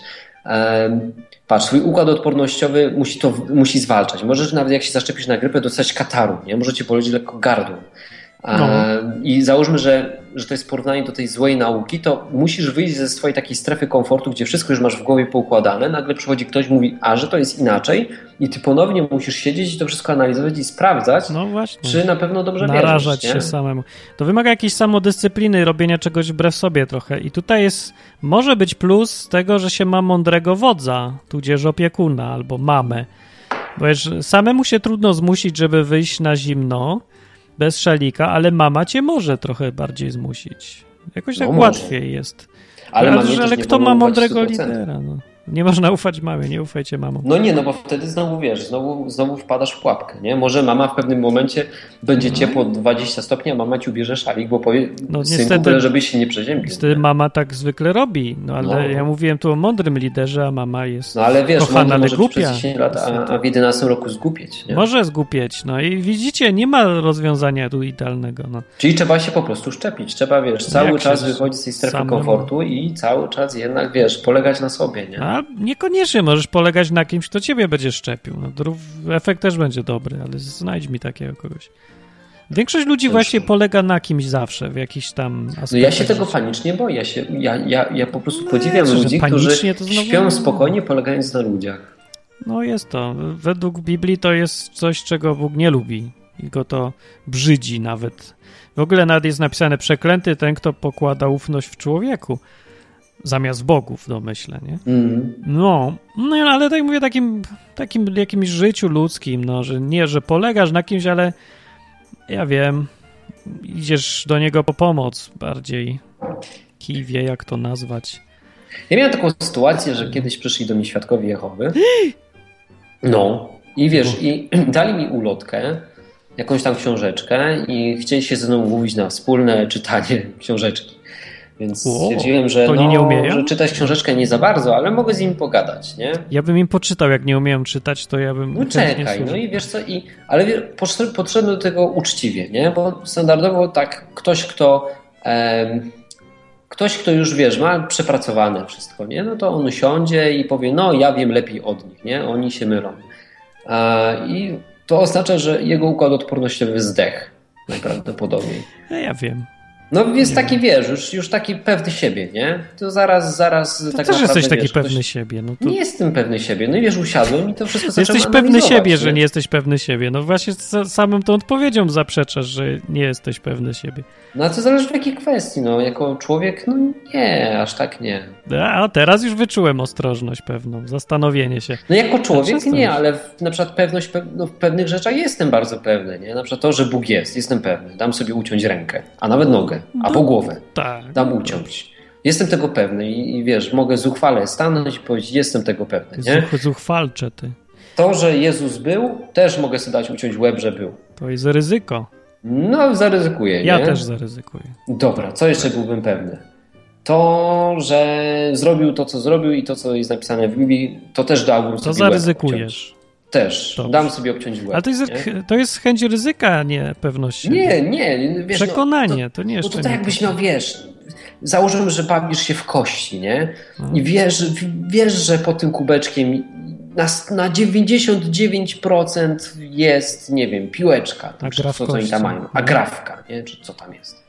Um, patrz, swój układ odpornościowy musi to musi zwalczać. Możesz nawet jak się zaszczepisz na grypę, dostać kataru, nie? Może cię boleć lekko gardło. No. I załóżmy, że, że to jest porównanie do tej złej nauki, to musisz wyjść ze swojej takiej strefy komfortu, gdzie wszystko już masz w głowie poukładane, nagle przychodzi ktoś, mówi, a że to jest inaczej i ty ponownie musisz siedzieć i to wszystko analizować i sprawdzać, no właśnie, czy na pewno dobrze wierzysz. Narażać się samemu. To wymaga jakiejś samodyscypliny, robienia czegoś wbrew sobie trochę i tutaj jest, może być plus tego, że się ma mądrego wodza, tudzież opiekuna albo mamę, bo wiesz, samemu się trudno zmusić, żeby wyjść na zimno, bez szalika, ale mama cię może trochę bardziej zmusić. Jakoś tak no łatwiej jest. Ale, ale, że, ale kto ma mądrego lidera? No. Nie można ufać mamie, nie ufajcie mamom. No nie, no bo wtedy znowu wiesz, znowu, znowu wpadasz w pułapkę, nie? Może mama w pewnym momencie będzie no. ciepło dwadzieścia stopni, a mama ci ubierze szalik, bo powie, no, synku, niestety, żebyś się nie przeziębił. Niestety mama tak zwykle robi, no ale no. ja mówiłem tu o mądrym liderze, a mama jest no, ale wiesz, kochana, ale może głupia. Przez dziesięć lat, a, a w jedenastym roku zgupieć. Nie? Może zgupieć, no i widzicie, nie ma rozwiązania tu idealnego. No. Czyli trzeba się po prostu szczepić, trzeba, wiesz, cały Jak czas wychodzić z tej strefy samemu. komfortu i cały czas jednak, wiesz, polegać na sobie, nie? A niekoniecznie możesz polegać na kimś, kto ciebie będzie szczepił. No, efekt też będzie dobry, ale znajdź mi takiego kogoś. Większość ludzi też właśnie polega na kimś zawsze, w jakiś tam aspekcie. No ja się tego panicznie boję. Ja, się, ja, ja, ja po prostu no podziwiam nie, ludzi, którzy znowu... śpią spokojnie, polegając na ludziach. No jest to. Według Biblii to jest coś, czego Bóg nie lubi. I go to brzydzi nawet. W ogóle nawet jest napisane: przeklęty ten, kto pokłada ufność w człowieku. Zamiast bogów, domyślę, nie? Mm. No, no, ale tak mówię, takim, takim jakimś życiu ludzkim, no, że nie, że polegasz na kimś, ale ja wiem, idziesz do niego po pomoc bardziej. Kij wie, jak to nazwać. Ja miałem taką sytuację, że kiedyś przyszli do mnie świadkowie Jehowy. No, i wiesz, i dali mi ulotkę, jakąś tam książeczkę i chcieli się ze mną umówić na wspólne czytanie książeczki. Więc stwierdziłem, że, no, nie że czytać książeczkę nie za bardzo, ale mogę z nim pogadać, nie? Ja bym im poczytał, jak nie umiem czytać, to ja bym... No czekaj, no i wiesz co, i, ale podszedłem do tego uczciwie, nie? Bo standardowo tak ktoś, kto em, ktoś, kto już, wiesz, ma przepracowane wszystko, nie? No to on siądzie i powie, no ja wiem lepiej od nich, nie? Oni się mylą. A, i to oznacza, że jego układ odpornościowy zdech najprawdopodobniej. Ja, ja wiem. No jest nie taki, wiem. wiesz, już, już taki pewny siebie, nie? To zaraz, zaraz... To tak też naprawdę, jesteś taki wiesz, pewny ktoś... siebie. No to... Nie jestem pewny siebie. No i wiesz, usiadłem i to wszystko zacząłem Jesteś pewny siebie, nie? że nie jesteś pewny siebie. No właśnie samym tą odpowiedzią zaprzeczasz, że nie jesteś pewny siebie. No a to zależy w jakiej kwestii, no. Jako człowiek, no nie, aż tak nie. A teraz już wyczułem ostrożność pewną, zastanowienie się. No jako człowiek nie, ale w, na przykład pewność, no, w pewnych rzeczach jestem bardzo pewny, nie? Na przykład to, że Bóg jest, jestem pewny. Dam sobie uciąć rękę, a nawet nogę, a po głowę. Tak. Dam uciąć. Jestem tego pewny i, i wiesz, mogę zuchwale stanąć i powiedzieć, jestem tego pewny, nie? Zuch, zuchwalcze ty. To, że Jezus był, też mogę sobie dać uciąć łeb, że był. To jest ryzyko. No, zaryzykuję, nie? Ja też zaryzykuję. Dobra, co jeszcze byłbym pewny? To, że zrobił to, co zrobił i to, co jest napisane w Biblii, to też dałbym sobie To zaryzykujesz. Łeb też. Dobrze. Dam sobie obciąć łeb. Ale to jest, to jest chęć ryzyka, a nie pewność siebie. Nie, nie. Wiesz, Przekonanie, no, to, to nie jest. No to tak jakbyś miał, wiesz, założymy, że bawisz się w kości, nie? I wiesz, wiesz, że pod tym kubeczkiem na, na dziewięćdziesiąt dziewięć procent jest, nie wiem, piłeczka. A czy co, co oni tam mają. A grafka, nie? Czy co tam jest.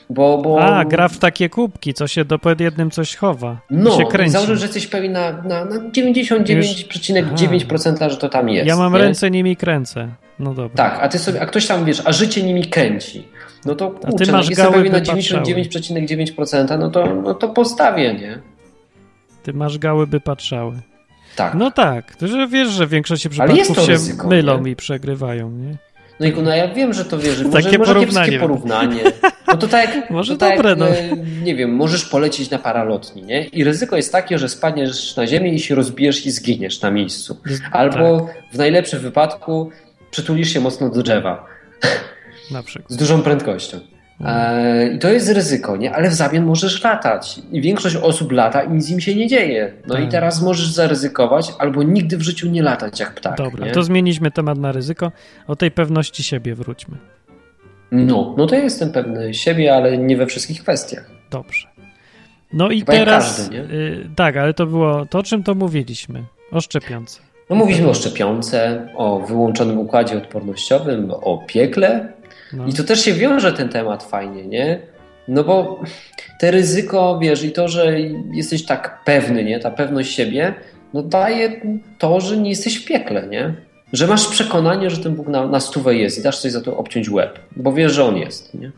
Bo, bo... A, gra w takie kubki, co się do pod jednym coś chowa. No, się kręci. założę, że jesteś pewien na, na, na dziewięćdziesiąt dziewięć przecinek dziewięć procent, że to tam jest. Ja mam nie? ręce, nimi kręcę. No dobra. Tak, a ty sobie, a ktoś tam, wiesz, a życie nimi kręci. No to kurczę, a ty masz no, jestem pewien na gały dziewięćdziesiąt dziewięć przecinek dziewięć procent, no to, no to postawię, nie? Ty masz gały, by patrzały. Tak. No tak, to że wiesz, że w większości przypadków się ryzyko, mylą nie? I przegrywają, nie? No i no ja wiem, że to wiesz, może, takie może porównanie. Takie porównanie. No to tak, może to dobre, tak, no. Nie wiem, możesz polecieć na paralotni, nie? I ryzyko jest takie, że spadniesz na ziemię i się rozbijesz i zginiesz na miejscu. Albo tak. w najlepszym wypadku przytulisz się mocno do drzewa. Na przykład. Z dużą prędkością. E, I to jest ryzyko, nie? Ale w zamian możesz latać. I większość osób lata i nic im się nie dzieje. No tak. I teraz możesz zaryzykować albo nigdy w życiu nie latać jak ptak. Dobra, nie? to zmieniliśmy temat na ryzyko. O tej pewności siebie wróćmy. No, no to ja jestem pewny siebie, ale nie we wszystkich kwestiach. Dobrze. No i chyba teraz... Każdy, nie? Y, tak, ale to było to, o czym to mówiliśmy. O szczepionce. No mówiliśmy o szczepionce, o wyłączonym układzie odpornościowym, o piekle. No. I to też się wiąże ten temat fajnie, nie? No bo te ryzyko, wiesz, i to, że jesteś tak pewny, nie? Ta pewność siebie, no daje to, że nie jesteś w piekle, nie? Że masz przekonanie, że ten Bóg na, na stówę jest i dasz coś za to obciąć łeb, bo wiesz, że on jest, nie?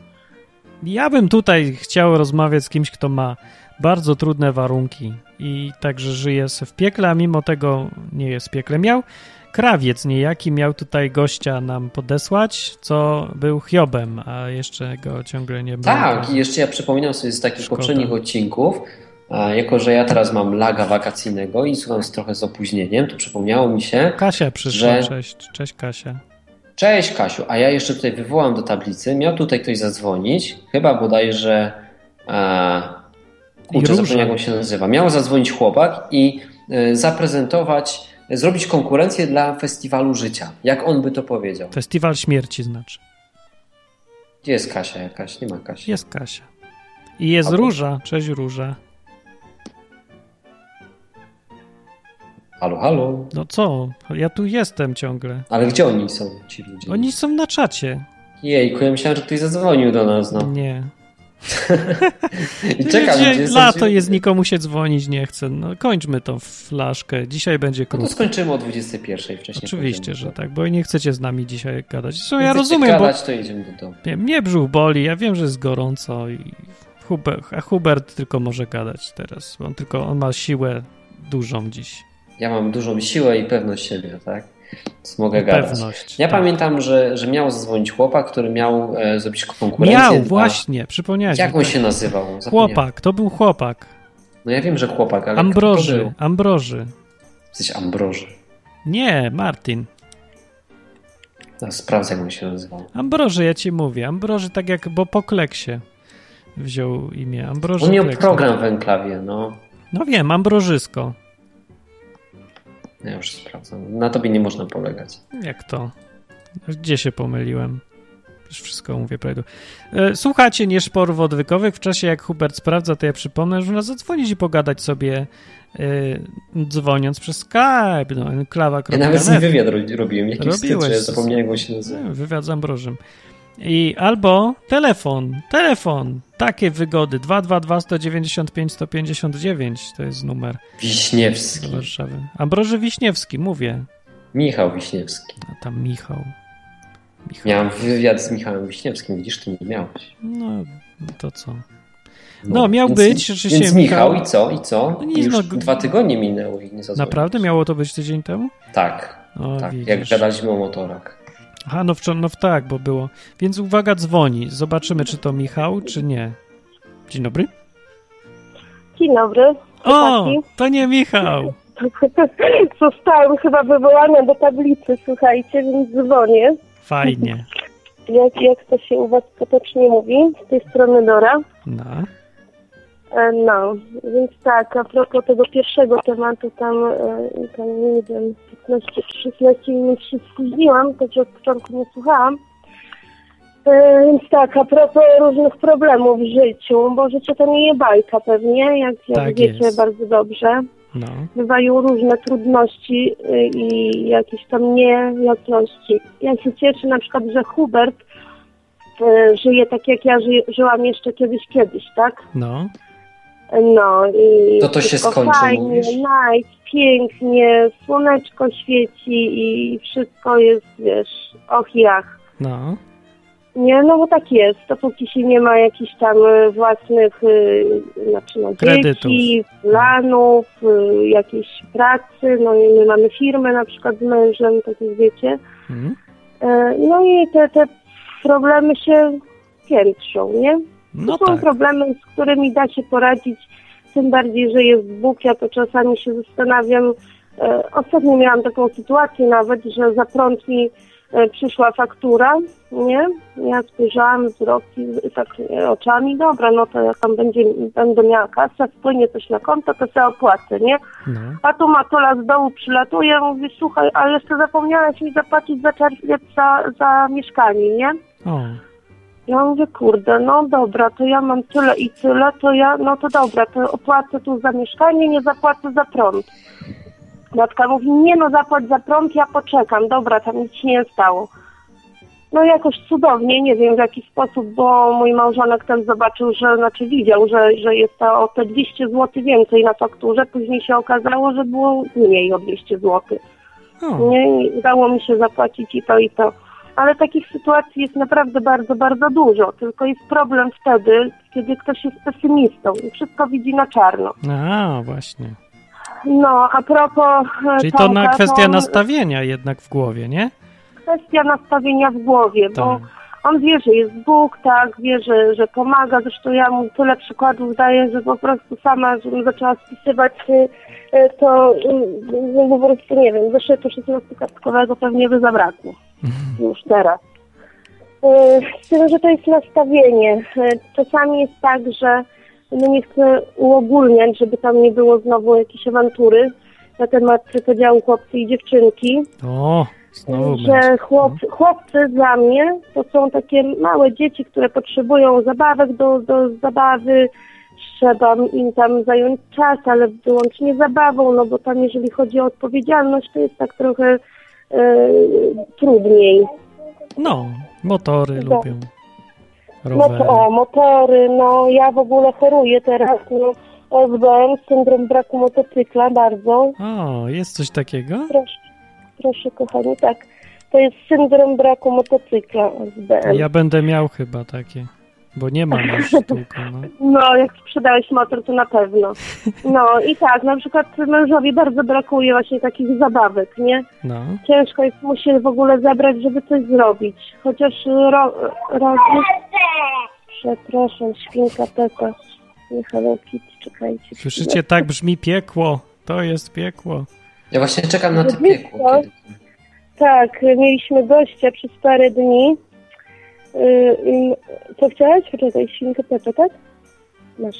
Ja bym tutaj chciał rozmawiać z kimś, kto ma bardzo trudne warunki i także żyje w piekle, a mimo tego nie jest w piekle. Miał krawiec niejaki, miał tutaj gościa nam podesłać, co był Hiobem, a jeszcze go ciągle nie było. Tak, i jeszcze ja przypominam sobie z takich Szkoda. poprzednich odcinków, a jako że ja teraz mam laga wakacyjnego i słucham z trochę z opóźnieniem, to przypomniało mi się, Kasia przyszła, że... cześć, cześć Kasia. Cześć Kasiu, a ja jeszcze tutaj wywołam do tablicy, miał tutaj ktoś zadzwonić, chyba bodajże e... kurczę, zapomniałem jak on się nazywa, miał zadzwonić chłopak i e, zaprezentować, zrobić konkurencję dla Festiwalu Życia. Jak on by to powiedział? Festiwal Śmierci znaczy. Gdzie jest Kasia jakaś? Nie ma Kasi. Jest Kasia. I jest Albo... Róża. Cześć Róża. Halo, halo. No co? Ja tu jestem ciągle. Ale gdzie oni są, ci ludzie? Oni są na czacie. Jejku, ja myślałem, że ktoś zadzwonił do nas, no. Nie. I czekam, gdzie gdzie lato są... jest, nikomu się dzwonić nie chce. No kończmy tą flaszkę. Dzisiaj będzie krótko. No to skończymy o dwudziestej pierwszej wcześniej. Oczywiście, że tak, bo nie chcecie z nami dzisiaj gadać. Zresztą nie ja rozumiem, gadać, bo to idziemy do domu. Mnie brzuch boli, ja wiem, że jest gorąco i Hubert, a Hubert tylko może gadać teraz, bo on tylko on ma siłę dużą dziś. Ja mam dużą siłę i pewność siebie, tak? Więc mogę gadać. Pewność. Ja tak. pamiętam, że, że miał zadzwonić chłopak, który miał e, zrobić konkurencję. Miał, dla... właśnie, przypomniałeś. Jak on tak. się nazywał? Zapomniałem. Chłopak, to był chłopak. No ja wiem, że chłopak, ale Ambroży, Ambroży. Jesteś Ambroży. Nie, Martin. No, sprawdzę, jak on się nazywał. Ambroży, ja ci mówię. Ambroży tak jak, bo po Kleksie wziął imię. Ambroży On miał Kleksie. program w enklawie, no. No wiem, Ambrożysko. Ja już sprawdzam. Na tobie nie można polegać. Jak to? Gdzie się pomyliłem? Już wszystko mówię prawdę. Słuchacie nieszporów odwykowych. W czasie jak Hubert sprawdza, to ja przypomnę, że można zadzwonić i pogadać sobie yy, dzwoniąc przez Skype. No, enklawa. Ja nawet z nim wywiad robiłem. Jakiś Robiłeś. wstyd, że ja zapomniałem, jak on się nazywa. Nie, wywiad z Ambrożym. I albo telefon, telefon, takie wygody, dwa dwa dwa, sto dziewięćdziesiąt pięć, sto pięćdziesiąt dziewięć, to jest numer. Wiśniewski. Do Warszawy. Ambroży Wiśniewski, mówię. Michał Wiśniewski. A tam Michał. Michał. Miałem wywiad z Michałem Wiśniewskim, widzisz, ty nie miałeś. No, to co? No, no miał więc, być rzeczywiście Więc Michał, Michał i co? I co? No nic, już no, dwa tygodnie minęły i nie zadzwonił. Naprawdę? Miało to być tydzień temu? Tak, o, tak widzisz. jak gadaliśmy o motorach. Aha, no, wczor- no tak, bo było. Więc uwaga, dzwoni. Zobaczymy, czy to Michał, czy nie. Dzień dobry. Dzień dobry. O, to nie Michał. Zostałem chyba wywołana do tablicy, słuchajcie, więc dzwonię. Fajnie. Jak, jak to się u was potocznie mówi, z tej strony Dora. No. No, więc tak, a propos tego pierwszego tematu, tam, tam nie wiem, piętnaście czy szesnaście minut się spóźniłam, także od początku nie słuchałam. Więc tak, a propos różnych problemów w życiu, bo życie to nie jest bajka pewnie, jak, jak tak wiecie jest. bardzo dobrze. No. Bywają różne trudności i jakieś tam niejasności. Ja się cieszę na przykład, że Hubert y, żyje tak, jak ja ży, żyłam jeszcze kiedyś, kiedyś, tak? No. No i To to się skończy, fajnie, mówisz? nice, pięknie, słoneczko świeci i wszystko jest, wiesz, och jach. No. Nie, no bo tak jest, dopóki się nie ma jakichś tam y, własnych, y, znaczy no, Kredytów. dzieci, planów, y, jakiejś pracy, no i my mamy firmę na przykład z mężem, tak jak wiecie. Mhm. Y, no i te, te problemy się piętrzą, nie? No To są tak. problemy, z którymi da się poradzić, tym bardziej, że jest Bóg. Ja to czasami się zastanawiam. E, ostatnio miałam taką sytuację nawet, że za prąd mi e, przyszła faktura, nie? Ja spojrzałam wzroki, tak e, oczami, dobra, no to jak tam będzie, będę miała kasę, wpłynie coś na konto, to sobie opłacę, nie? No. A tu Matola z dołu przylatuje, mówi, słuchaj, a jeszcze zapomniałaś mi zapłacić za czerwiec za, za mieszkanie, nie? O. Ja mówię, kurde, no dobra, to ja mam tyle i tyle, to ja, no to dobra, to opłacę tu za mieszkanie, nie zapłacę za prąd. Matka mówi, nie no, zapłać za prąd, ja poczekam, dobra, tam nic się nie stało. No jakoś cudownie, nie wiem w jaki sposób, bo mój małżonek ten zobaczył, że, znaczy widział, że, że jest to o te dwieście złotych więcej na fakturze, później się okazało, że było mniej o dwieście złotych. O. Nie, i udało mi się zapłacić i to, i to. Ale takich sytuacji jest naprawdę bardzo, bardzo dużo. Tylko jest problem wtedy, kiedy ktoś jest pesymistą i wszystko widzi na czarno. A, właśnie. No, a propos Czyli to Tomka, na kwestia to nastawienia jednak w głowie, nie? kwestia nastawienia w głowie, bo Tak. on wie, że jest Bóg, tak, wie, że, że pomaga. Zresztą ja mu tyle przykładów daję, że po prostu sama, żebym zaczęła spisywać, y, y, to y, po prostu, nie wiem, zeszytu szesnastokartkowego pewnie by zabrakło. Już teraz. Y, Z tym, że to jest nastawienie. Y, Czasami jest tak, że no nie chcę uogólniać, żeby tam nie było znowu jakiejś awantury na temat podziału chłopcy i dziewczynki. O, znowu Że będzie. chłopcy, chłopcy dla mnie to są takie małe dzieci, które potrzebują zabawek do, do zabawy. Trzeba im tam zająć czas, ale wyłącznie zabawą, no bo tam jeżeli chodzi o odpowiedzialność, to jest tak trochę e, trudniej. No, motory No. lubią. No Rowery. to o, motory, no ja w ogóle choruję teraz, no S B M, syndrom braku motocykla bardzo. O, jest coś takiego? Proszę, proszę kochani, tak. To jest syndrom braku motocykla S B M. Ja będę miał chyba takie, bo nie mam już tylko, no. No, jak sprzedałeś motor, to na pewno. No i tak, na przykład mężowi bardzo brakuje właśnie takich zabawek, nie? No. Ciężko jest mu się w ogóle zabrać, żeby coś zrobić. Chociaż ro, robi... Przepraszam, świnka Pepa. Nie, Hello Kitty, czekajcie. Słyszycie, tak brzmi piekło. To jest piekło. Ja właśnie czekam na to Wiesz piekło. co? Kiedy... Tak, mieliśmy gościa przez parę dni. Yy, i- co chciałeś? Poczekaj, świnkę Pepa, tak? Masz.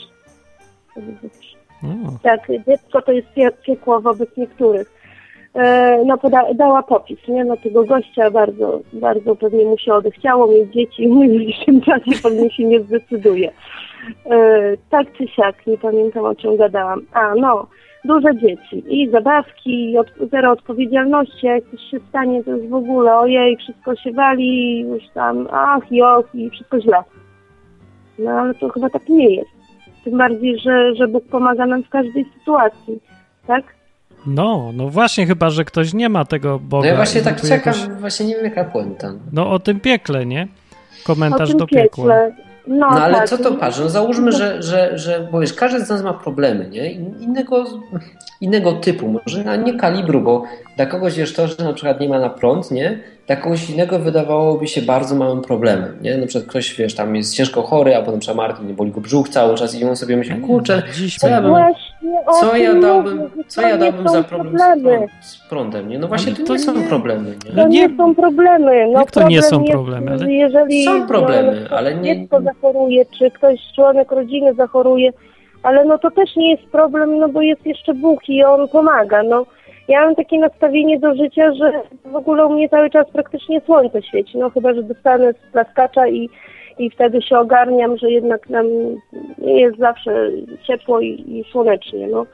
O, Tak, dziecko to jest pie- piekło wobec niektórych. E, no poda- dała popis, nie? No tego gościa bardzo, bardzo pewnie mu się odechciało mieć dzieci i mówi, że w tym czasie pewnie się nie zdecyduje. E, tak czy siak, nie pamiętam o czym gadałam. A no, duże dzieci i zabawki, i od, zero odpowiedzialności, a jak coś się stanie, to już w ogóle ojej, wszystko się wali, już tam ach, joch i wszystko źle. No ale to chyba tak nie jest. Tym bardziej, że, że Bóg pomaga nam w każdej sytuacji, tak? no, no właśnie, chyba że ktoś nie ma tego Boga. No ja właśnie i tak tu czekam, jakoś- właśnie nie wiem jaka puenta. No o tym piekle, nie? O Komentarz tym do piekła. piekle. No, No ale tak. co to patrz, no załóżmy, że, że, że bo wiesz, każdy z nas ma problemy, nie? Innego, innego typu, może na nie kalibru, bo dla kogoś wiesz to, że na przykład nie ma na prąd, nie? Dla kogoś innego wydawałoby się bardzo małym problemem, nie? Na przykład ktoś, wiesz, tam jest ciężko chory, a potem trzeba Martin, nie boli go brzuch cały czas i on sobie myśli, kurczę, Dziś co ja bym, Właśnie o co ja tym dałbym, mówię, że co to ja nie dałbym są za problem z, problemy. prąd, z prądem, nie? No właśnie Ale to to nie są nie- problemy, nie? No To nie, nie- są problemy. No, Jak to nie problem są jest, problemy? Ale- Jeżeli Są problemy, no, ale nie- dziecko zachoruje, czy ktoś, członek rodziny zachoruje, ale no to też nie jest problem, no bo jest jeszcze Bóg i On pomaga. No, ja mam takie nastawienie do życia, że w ogóle u mnie cały czas praktycznie słońce świeci, no chyba, że dostanę z plaskacza i, i wtedy się ogarniam, że jednak nam nie jest zawsze ciepło i, i słonecznie, no.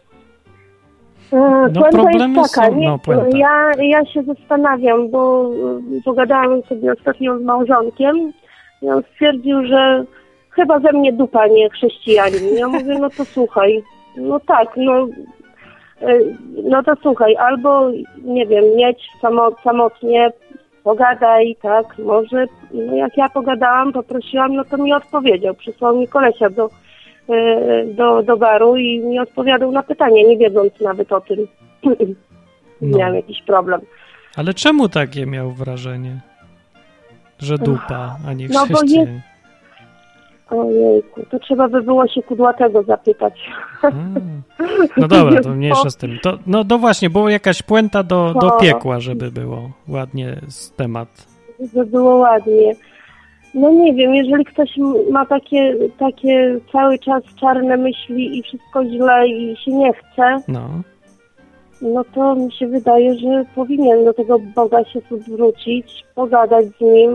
E, No, puenta problemy jest taka, są, nie, no, puenta. ja, ja się zastanawiam, bo y, pogadałam sobie ostatnio z małżonkiem I on stwierdził, że chyba ze mnie dupa, nie chrześcijanin. Ja mówię, no to słuchaj, no tak, no, no to słuchaj, albo, nie wiem, mieć samo, samotnie, pogadaj, tak, może, no jak ja pogadałam, poprosiłam, no to mi odpowiedział, przysłał mi kolesia do, do, do baru i mi odpowiadał na pytanie, nie wiedząc nawet o tym. No. Miałem jakiś problem. Ale czemu takie miał wrażenie? Że dupa, a nie No bo chrześcijanin? jest... Ojejku, to trzeba by było się Kudłatego zapytać. Hmm. No dobra, to mniejsza z tym. To, no, no właśnie, było jakaś puenta do, do piekła, żeby było ładnie z temat. Żeby było ładnie. No nie wiem, jeżeli ktoś ma takie, takie cały czas czarne myśli i wszystko źle i się nie chce, No. no to mi się wydaje, że powinien do tego Boga się zwrócić, pogadać z Nim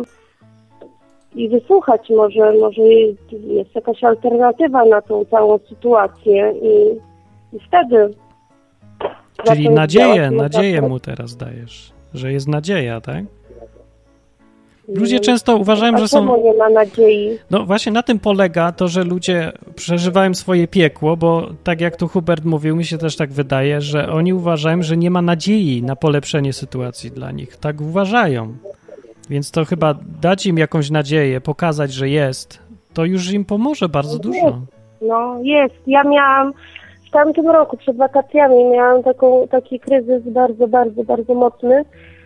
i wysłuchać. Może, może jest jakaś alternatywa na tą całą sytuację i, i wtedy... Czyli nadzieję, działać, nadzieję tak. mu teraz dajesz, że jest nadzieja, tak? Ludzie często uważają, A że są... czemu nie ma nadziei? No właśnie na tym polega to, że ludzie przeżywają swoje piekło, bo tak jak tu Hubert mówił, mi się też tak wydaje, że oni uważają, że nie ma nadziei na polepszenie sytuacji dla nich. Tak uważają. Więc to chyba dać im jakąś nadzieję, pokazać, że jest, to już im pomoże bardzo dużo. No jest. Ja miałam w tamtym roku, przed wakacjami, miałam taką, taki kryzys bardzo, bardzo, bardzo mocny.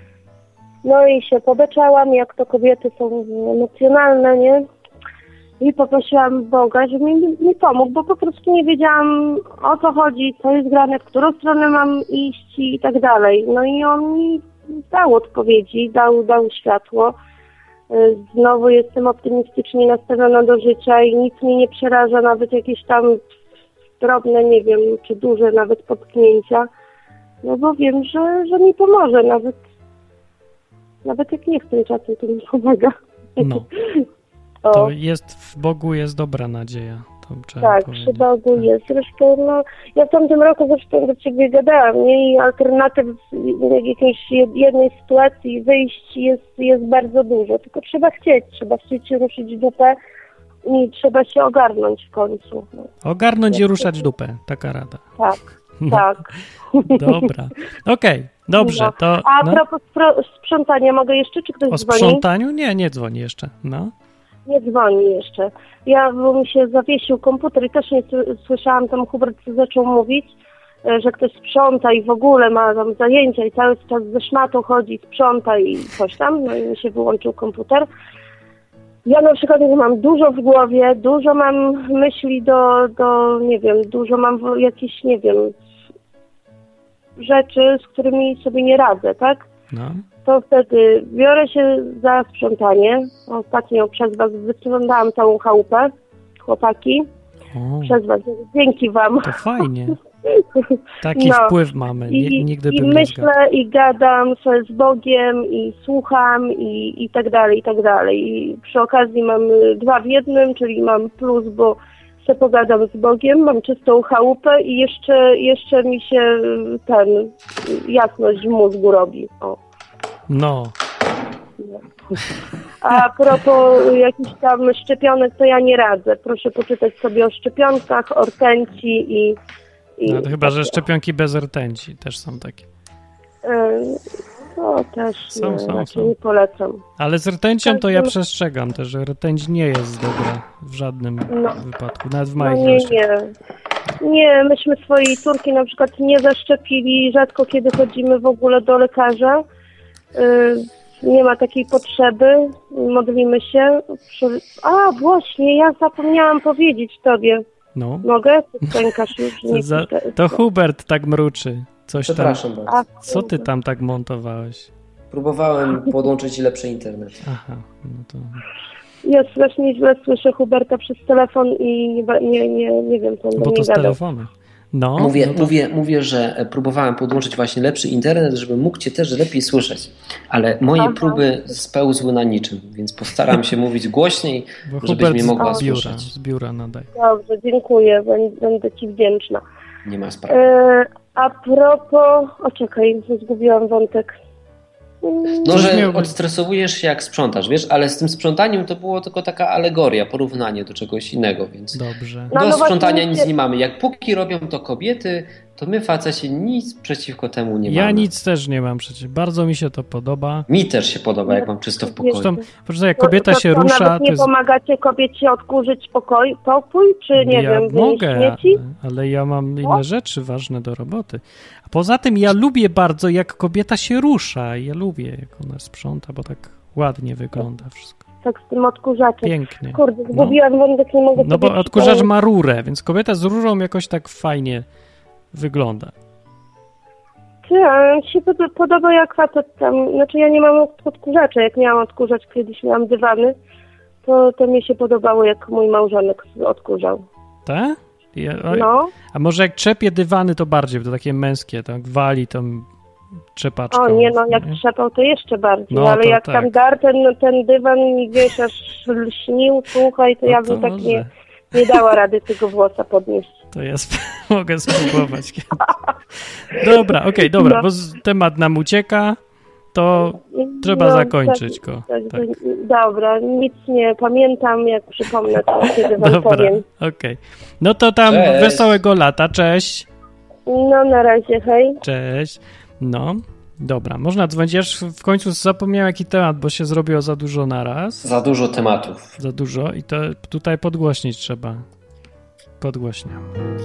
No i się pobeczałam, jak to kobiety są emocjonalne, nie? I poprosiłam Boga, żeby mi, mi pomógł, bo po prostu nie wiedziałam, o co chodzi, co jest grane, w którą stronę mam iść i tak dalej. No i on mi dał odpowiedzi, dał, dał światło. Znowu jestem optymistycznie nastawiona do życia i nic mnie nie przeraża, nawet jakieś tam drobne, nie wiem, czy duże nawet potknięcia. No bo wiem, że, że mi pomoże, nawet Nawet jak nie chcę, czasem to mi pomaga. No. To jest, w Bogu jest dobra nadzieja. To trzeba tak, powiedzieć. przy Bogu jest. Zresztą, no, ja w tamtym roku zresztą do Ciebie gadałam, nie? I alternatyw w jakiejś jednej sytuacji wyjść jest, jest bardzo dużo. Tylko trzeba chcieć, trzeba chcieć ruszyć dupę i trzeba się ogarnąć w końcu. No. Ogarnąć i ruszać dupę, taka rada. Tak, No. tak. Dobra, okej, okay. Dobrze. No. To, A no. propos spro- sprzątania, mogę jeszcze, czy ktoś O dzwoni? sprzątaniu? Nie, nie dzwoni jeszcze. No. Nie dzwoni jeszcze. Ja, bo mi się zawiesił komputer i też nie słyszałam, tam Hubert zaczął mówić, że ktoś sprząta i w ogóle ma tam zajęcia i cały czas ze szmatą chodzi, sprząta i coś tam, no i mi się wyłączył komputer. Ja na przykład mam dużo w głowie, dużo mam myśli do, do nie wiem, dużo mam jakieś, nie wiem, rzeczy, z którymi sobie nie radzę, tak? No. To wtedy biorę się za sprzątanie. Ostatnio przez was wysprzątałam całą chałupę, chłopaki. O, Przez was. Dzięki wam. to fajnie. Taki No. wpływ mamy. Nie, I, nigdy i bym nie myślę zgadł. i gadam sobie z Bogiem i słucham i, i tak dalej, i tak dalej. I przy okazji mam dwa w jednym, czyli mam plus, bo se pogadam z Bogiem, mam czystą chałupę i jeszcze, jeszcze mi się ten jasność w mózgu robi. O. No. A propos jakichś tam szczepionek, to ja nie radzę. Proszę poczytać sobie o szczepionkach, o rtęci i... i No, to chyba, że szczepionki bez rtęci też są takie. No też Są, nie, są, raczej są. nie polecam. Ale z rtęcią to ja Każdym- przestrzegam też, że rtęć nie jest dobra w żadnym No. wypadku, nawet w No małych nie, ilościach. nie. Nie, myśmy swojej córki na przykład nie zaszczepili, rzadko kiedy chodzimy w ogóle do lekarza. Y, Nie ma takiej potrzeby, modlimy się. Przy- A, właśnie, ja zapomniałam powiedzieć tobie. No. Mogę? Ty stękasz już. To, Nie za, chcę- to Hubert tak mruczy. Coś tam. Przepraszam bardzo. A, Co ty tam tak montowałeś? Próbowałem podłączyć lepszy internet. Aha, no to... Ja strasznie źle słyszę Huberta przez telefon i nie, nie, nie, nie wiem, co on do Bo mnie to z gadał. telefonu. No, Mówię, no to... mówię, mówię, że próbowałem podłączyć właśnie lepszy internet, żeby mógł Cię też lepiej słyszeć. Ale moje Aha. próby spełzły na niczym, więc postaram się mówić głośniej, Bo żebyś Hubert mnie mogła z biura, słyszeć. z biura nadaj. Dobrze, dziękuję, będę, będę ci wdzięczna. Nie ma sprawy. E, a propos... O, czekaj, zgubiłam wątek. No, że miał... odstresowujesz się jak sprzątasz, wiesz, ale z tym sprzątaniem to było tylko taka alegoria, porównanie do czegoś innego, więc dobrze. Do no, no sprzątania nic nie mamy. Jak póki robią to kobiety, to my faceci nic przeciwko temu nie ja mamy. Ja nic też nie mam przecież. Bardzo mi się to podoba. Mi też się podoba, jak mam czysto w pokoju. Zresztą, proszę, jak kobieta to, się to rusza... Nawet nie to jest... pomagacie kobiecie odkurzyć pokój, pokój czy nie ja wiem, mogę, śmieci? Ale ja mam inne no? rzeczy ważne do roboty. A poza tym ja lubię bardzo, jak kobieta się rusza. Ja lubię, jak ona sprząta, bo tak ładnie wygląda wszystko. Tak z tym odkurzaczem. Pięknie. Kurde, zgubiłam, no. bo tak nie mogę No bo odkurzacz ma rurę, więc kobieta z rurą jakoś tak fajnie wygląda. Ja, mi się podoba jak facet tam, znaczy ja nie mam odkurzacza, jak miałam odkurzacz, kiedyś miałam dywany, to, to mi się podobało jak mój małżonek odkurzał. Tak? Ja, no. A może jak trzepie dywany to bardziej, to takie męskie, tak wali tam trzepaczką. O nie, no jak nie? trzepał to jeszcze bardziej, no, ale jak tak. tam dar ten, ten dywan mi wiesz, aż lśnił, słuchaj, to no ja bym to tak nie, nie dała rady tego włosa podnieść. To ja sp- mogę spróbować. Dobra, okej, okay, dobra, no. Bo temat nam ucieka, to trzeba no, zakończyć tak, go. Tak, tak. Dobra, nic nie pamiętam, jak przypomnę, to kiedy wam dobra, powiem. Okej, okay. No to tam cześć. Wesołego lata, cześć. No na razie, hej. Cześć. No, dobra, można dzwonić. Ja w końcu zapomniałem jaki temat, bo się zrobiło za dużo naraz. Za dużo tematów. Za dużo i to tutaj podgłośnić trzeba. Podgłośniam.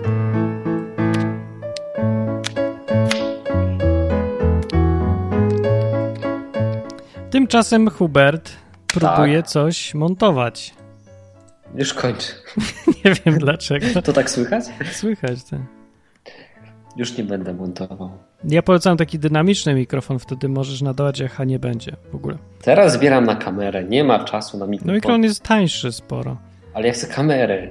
Tymczasem Hubert próbuje tak. coś montować. Już kończę. Nie wiem dlaczego. To tak słychać? Słychać, tak. Już nie będę montował. Ja polecam taki dynamiczny mikrofon, wtedy możesz nadawać, echa nie będzie w ogóle. Teraz zbieram na kamerę, nie ma czasu na mikrofon. No mikrofon jest tańszy sporo. Ale ja chcę kamerę.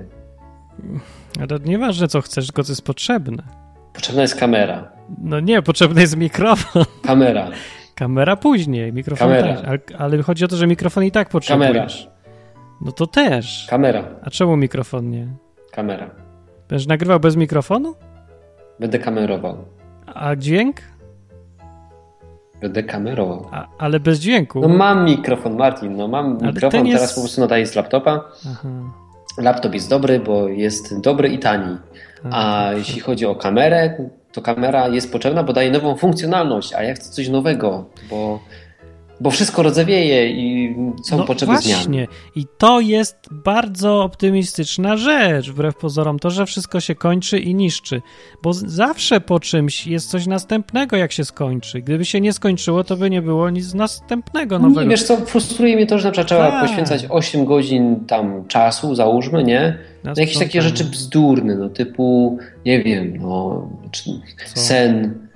Ale nieważne co chcesz, tylko co jest potrzebne. Potrzebna jest kamera. No nie, potrzebny jest mikrofon. Kamera. Kamera później, mikrofon kamera. też. Ale, ale chodzi o to, że mikrofon i tak potrzebujesz. Kamera. No to też. Kamera. A czemu mikrofon nie? Kamera. Będziesz nagrywał bez mikrofonu? Będę kamerował. A dźwięk? Będę kamerował. A, ale bez dźwięku? No mam mikrofon, Martin, no mam ale mikrofon, jest... teraz po prostu nadaję z laptopa. Aha. Laptop jest dobry, bo jest dobry i tani. A, a jeśli chodzi o kamerę, to kamera jest potrzebna, bo daje nową funkcjonalność, a ja chcę coś nowego, bo, bo wszystko rodzewieje i są no potrzeby właśnie. zmian. I to jest bardzo optymistyczna rzecz, wbrew pozorom, to, że wszystko się kończy i niszczy, bo zawsze po czymś jest coś następnego, jak się skończy. Gdyby się nie skończyło, to by nie było nic następnego nowego. Nie, wiesz co, frustruje mnie to, że na przykład trzeba tak. poświęcać osiem godzin tam czasu, załóżmy, nie? Na no jakieś takie rzeczy bzdurne, no typu, nie wiem, no, sen.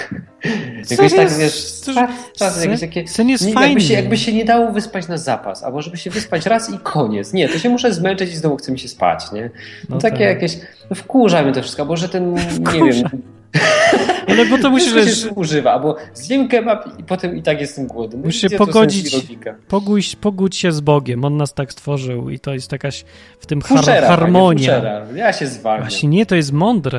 Jakoś tak, wiesz, czas, czas, jakieś takie, sen jest nie, fajny. Jakby się, jakby się nie dało wyspać na zapas, albo żeby się wyspać raz i koniec. Nie, to się muszę zmęczyć i znowu chce mi się spać, nie? No, no takie tak. jakieś, no wkurza mnie to wszystko, bo że ten, wkurza. nie wiem... Ale bo to musisz... się używa, albo zjem kebab i potem i tak jestem głodny. No musisz się pogodzić, pogódź, pogódź się z Bogiem, On nas tak stworzył i to jest jakaś w tym har- fuszera, harmonia. Panie, ja się zwalniam. Właśnie nie, to jest mądre.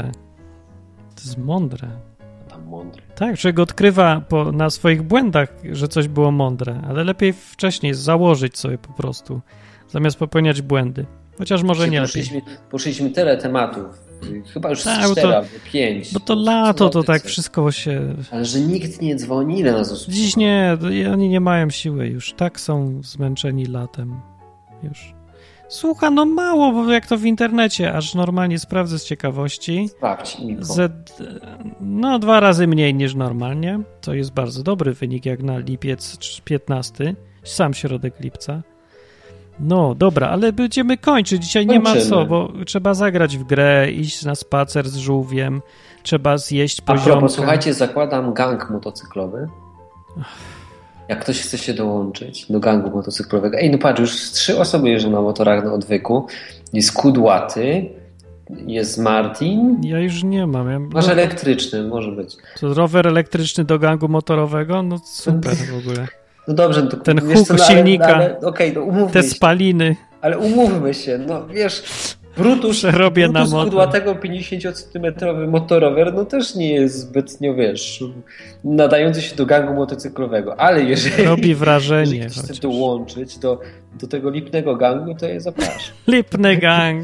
To jest mądre. Tam mądre. Tak, człowiek odkrywa po, na swoich błędach, że coś było mądre, ale lepiej wcześniej założyć sobie po prostu, zamiast popełniać błędy. Chociaż może Czyli nie poszliśmy, lepiej. Poszliśmy tyle tematów. Chyba już tak, cztery to, albo pięć. Bo to lato, to tak wszystko się... Ale że nikt nie dzwoni, ile nas osób. Dziś nie, oni nie mają siły już. Tak są zmęczeni latem. Już. Słucha, no mało, bo jak to w internecie, aż normalnie sprawdzę z ciekawości. Sprawdź, Z, no dwa razy mniej niż normalnie. To jest bardzo dobry wynik, jak na lipiec piętnasty. Sam środek lipca. No, dobra, ale będziemy kończyć. Dzisiaj nie ma co, bo trzeba zagrać w grę, iść na spacer z żółwiem, trzeba zjeść poziomkę. A propos, słuchajcie, zakładam gang motocyklowy. Jak ktoś chce się dołączyć do gangu motocyklowego. Ej, no patrz, już trzy osoby jeżdżą na motorach na odwyku. Jest Kudłaty, jest Martin. Ja już nie mam. Ja... Masz elektryczny, może być. To rower elektryczny do gangu motorowego? No super w ogóle. No dobrze, to, ten huk no, silnika, ale, ale, okay, no umówmy te się. spaliny. Ale umówmy się, no wiesz, Brutus, Przerobię Brutus na motor. kudłatego pięćdziesięciocentymetrowy motorower, no też nie jest zbytnio, wiesz, nadający się do gangu motocyklowego, ale jeżeli, Robi wrażenie, jeżeli ktoś chce chociaż. dołączyć do, do tego lipnego gangu, to je zapraszam. Lipny gang.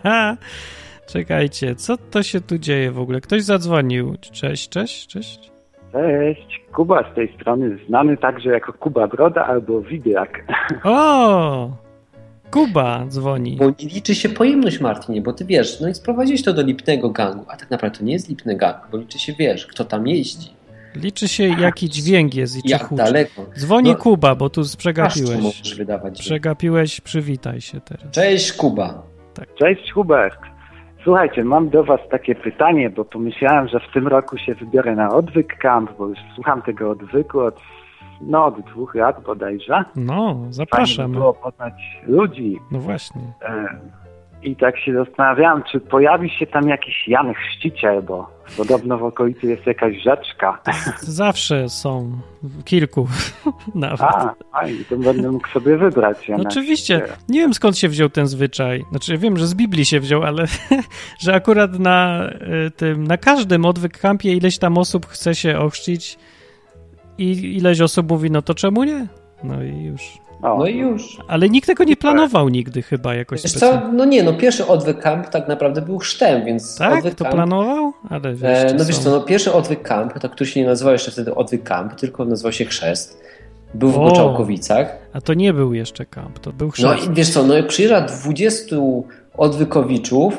Czekajcie, co to się tu dzieje w ogóle? Ktoś zadzwonił. Cześć, cześć, cześć. Cześć, Kuba z tej strony, znany także jako Kuba Broda albo Widiak. O! Kuba dzwoni. Bo nie liczy się pojemność, Martinie, bo ty wiesz, no i sprowadziłeś to do lipnego gangu, a tak naprawdę to nie jest lipny gang, bo liczy się, wiesz, kto tam jeździ. Liczy się, jaki dźwięk jest i czy Jak huczy. daleko. Dzwoni No, Kuba, bo tu Aż przegapiłeś. możesz wydawać. Przegapiłeś, przywitaj się teraz. Cześć, Kuba. Cześć Hubert. Słuchajcie, mam do was takie pytanie, bo pomyślałem, że w tym roku się wybiorę na odwyk camp, bo już słucham tego odwyku od, no, od dwóch lat bodajże. No, Fajnie zapraszam. by było poznać ludzi. No właśnie. E, I tak się zastanawiałem, czy pojawi się tam jakiś Jan Chrzciciel, bo podobno w okolicy jest jakaś rzeczka. Zawsze są kilku nawet. A, a i to będę mógł sobie wybrać Jana Oczywiście. Chrzciciela. Nie wiem, skąd się wziął ten zwyczaj. Znaczy, wiem, że z Biblii się wziął, ale że akurat na y, tym, na każdym odwyk kampie ileś tam osób chce się ochrzcić i ileś osób mówi, no to czemu nie? No i już. O, No i już. Ale nikt tego nie planował nigdy chyba jakoś Wiesz specjalnie. co, no nie, no pierwszy odwyk camp tak naprawdę był chrztem, więc Tak? odwyk To camp, planował? Ale wiesz, e, no są... wiesz co, no pierwszy odwyk camp, to który się nie nazywał jeszcze wtedy odwyk camp, tylko nazywał się chrzest. Był w O. Boczałkowicach. A to nie był jeszcze kamp, to był No chrzest. i wiesz co, no przyjeżdża dwudziestu odwykowiczów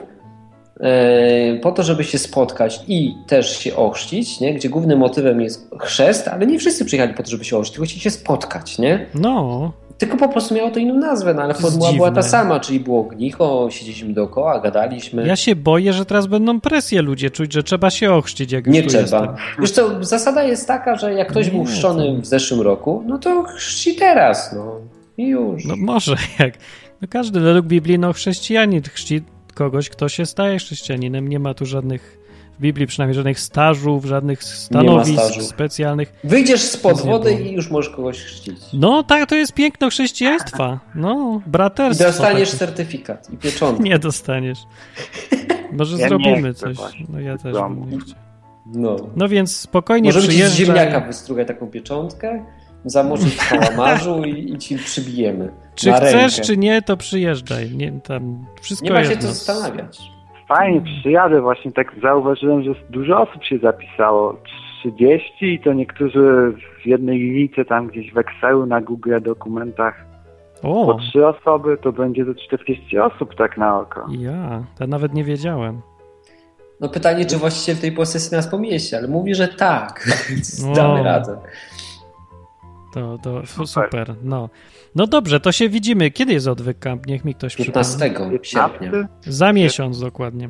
e, po to, żeby się spotkać i też się ochrzcić, nie? Gdzie głównym motywem jest chrzest, ale nie wszyscy przyjechali po to, żeby się ochrzcić, tylko chcieli się spotkać, nie? No, Tylko po prostu miało to inną nazwę, no ale To jest formuła była ta dziwne. sama, czyli było ognicho, siedzieliśmy dookoła, gadaliśmy. ja się boję, że teraz będą presję ludzie czuć, że trzeba się ochrzcić, jak Nie już tu trzeba. jestem. Wiesz co, zasada jest taka, że jak ktoś Nie, był chrzczony to- w zeszłym roku, no to chrzci teraz, no i już. No może, jak. No każdy według Biblii, no chrześcijanin chrzci kogoś, kto się staje chrześcijaninem. Nie ma tu żadnych, w Biblii przynajmniej żadnych stażów, żadnych stanowisk stażu. specjalnych. Wyjdziesz spod Nic nie wody było. i już możesz kogoś chrzcić. No tak, to jest piękno chrześcijaństwa. No, I braterstwo. dostaniesz takie. certyfikat i pieczątkę. Nie dostaniesz. Może Ja zrobimy nie chcę coś. właśnie. No ja też Domu. bym nie chciał. No. No więc spokojnie Możemy ci z przyjeżdżaj. ziemniaka wystrugać taką pieczątkę, zamoczyć w kałamarzu i, i ci przybijemy. Czy na chcesz, rękę. czy nie, to przyjeżdżaj. Nie, tam wszystko Nie ma jest. się co no. zastanawiać. Fajnie, przyjadę. Właśnie tak zauważyłem, że dużo osób się zapisało. trzydzieści i to niektórzy w jednej linijce tam gdzieś w Excelu na Google dokumentach po O, trzy osoby, to będzie do czterdziestu osób tak na oko. ja, to nawet nie wiedziałem. No pytanie, czy właściciel tej posesji nas pomieści, ale mówi, że tak. No. Damy radę. To, to super. super, no. No dobrze, to się widzimy. Kiedy jest odwyk camp? Niech mi ktoś przypomni. piętnastego sierpnia. Za miesiąc dokładnie.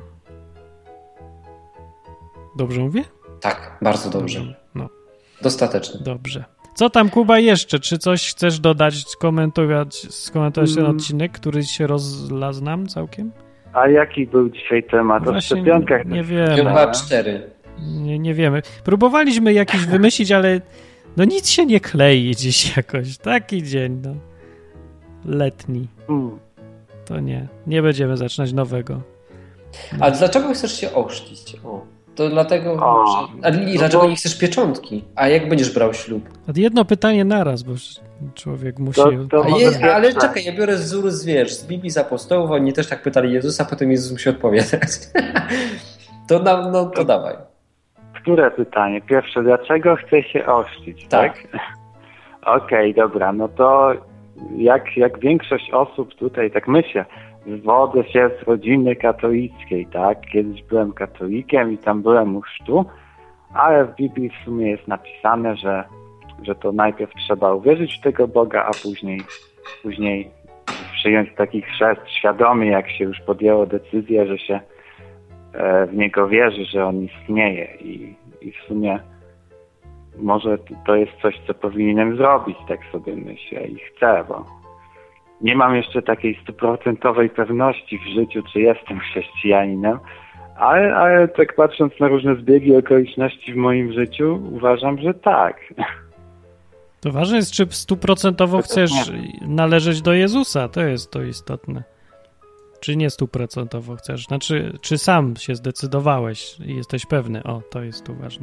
Dobrze mówię? Tak, bardzo dobrze. No, Dostatecznie. dobrze. Co tam, Kuba, jeszcze? Czy coś chcesz dodać, skomentować, skomentować ten Mm. odcinek, który się rozlazł nam całkiem? A jaki był dzisiaj temat? O Właśnie szczepionkach. nie wiemy. Chyba cztery. Nie, nie wiemy. Próbowaliśmy jakiś wymyślić, ale no nic się nie klei dziś jakoś. Taki dzień, no. Letni. Hmm. To nie. Nie będziemy zaczynać nowego. A dlaczego chcesz się ochrzcić? O, to dlatego, O, że... A i no dlaczego bo- nie chcesz pieczątki? A jak będziesz brał ślub? A jedno pytanie naraz, bo człowiek musi... To, to A może je, ale pierwsze. czekaj, ja biorę z wzoru z, wiesz, z Biblii z apostołów, oni też tak pytali Jezusa, potem Jezus musi odpowiadać. to, na, no, to dawaj. Które pytanie? Pierwsze, dlaczego chce się ochrzcić, Tak. tak? Okej, dobra, no to jak, jak większość osób tutaj, tak myślę, wywodzę się z rodziny katolickiej, tak? Kiedyś byłem katolikiem i tam byłem u chrztu, ale w Biblii w sumie jest napisane, że, że to najpierw trzeba uwierzyć w tego Boga, a później, później przyjąć taki chrzest świadomy, jak się już podjęło decyzję, że się w Niego wierzy, że On istnieje i, i w sumie może to jest coś, co powinienem zrobić, tak sobie myślę i chcę, bo nie mam jeszcze takiej stuprocentowej pewności w życiu, czy jestem chrześcijaninem, ale, ale tak patrząc na różne zbiegi okoliczności w moim życiu, uważam, że tak. To ważne jest, czy stuprocentowo chcesz należeć do Jezusa. To jest to istotne. czy nie stuprocentowo chcesz? Znaczy, czy sam się zdecydowałeś i jesteś pewny? O, to jest tu ważne.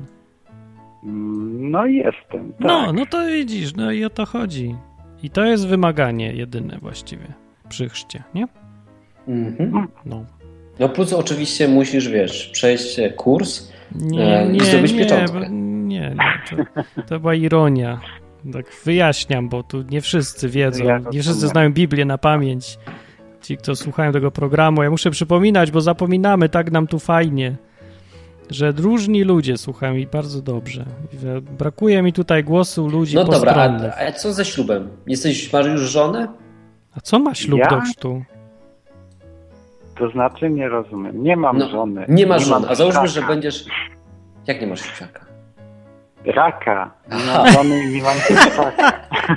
No jestem, tak. No, no to widzisz, no i o to chodzi. I to jest wymaganie jedyne właściwie przy chrzcie, nie? Mhm. No. No plus oczywiście musisz, wiesz, przejść kurs Nie, e, nie, i zdobyć nie, pieczątkę. bo- nie, nie to, to była ironia. Tak wyjaśniam, bo tu nie wszyscy wiedzą, Ja nie wszyscy rozumiem. znają Biblię na pamięć. Ci, kto słuchają tego programu, ja muszę przypominać, bo zapominamy, tak nam tu fajnie, że różni ludzie słuchają i bardzo dobrze. Brakuje mi tutaj głosu ludzi No dobra, postronnych. a, a co ze ślubem? Jesteś, masz już żonę? A co ma ślub Ja? do chrztu? To znaczy nie rozumiem. Nie mam No, żony. Nie masz żony, mam a załóżmy, raka. że będziesz... Jak nie masz siusiaka? Raka. Nie Aha. mam żony i nie mam raka.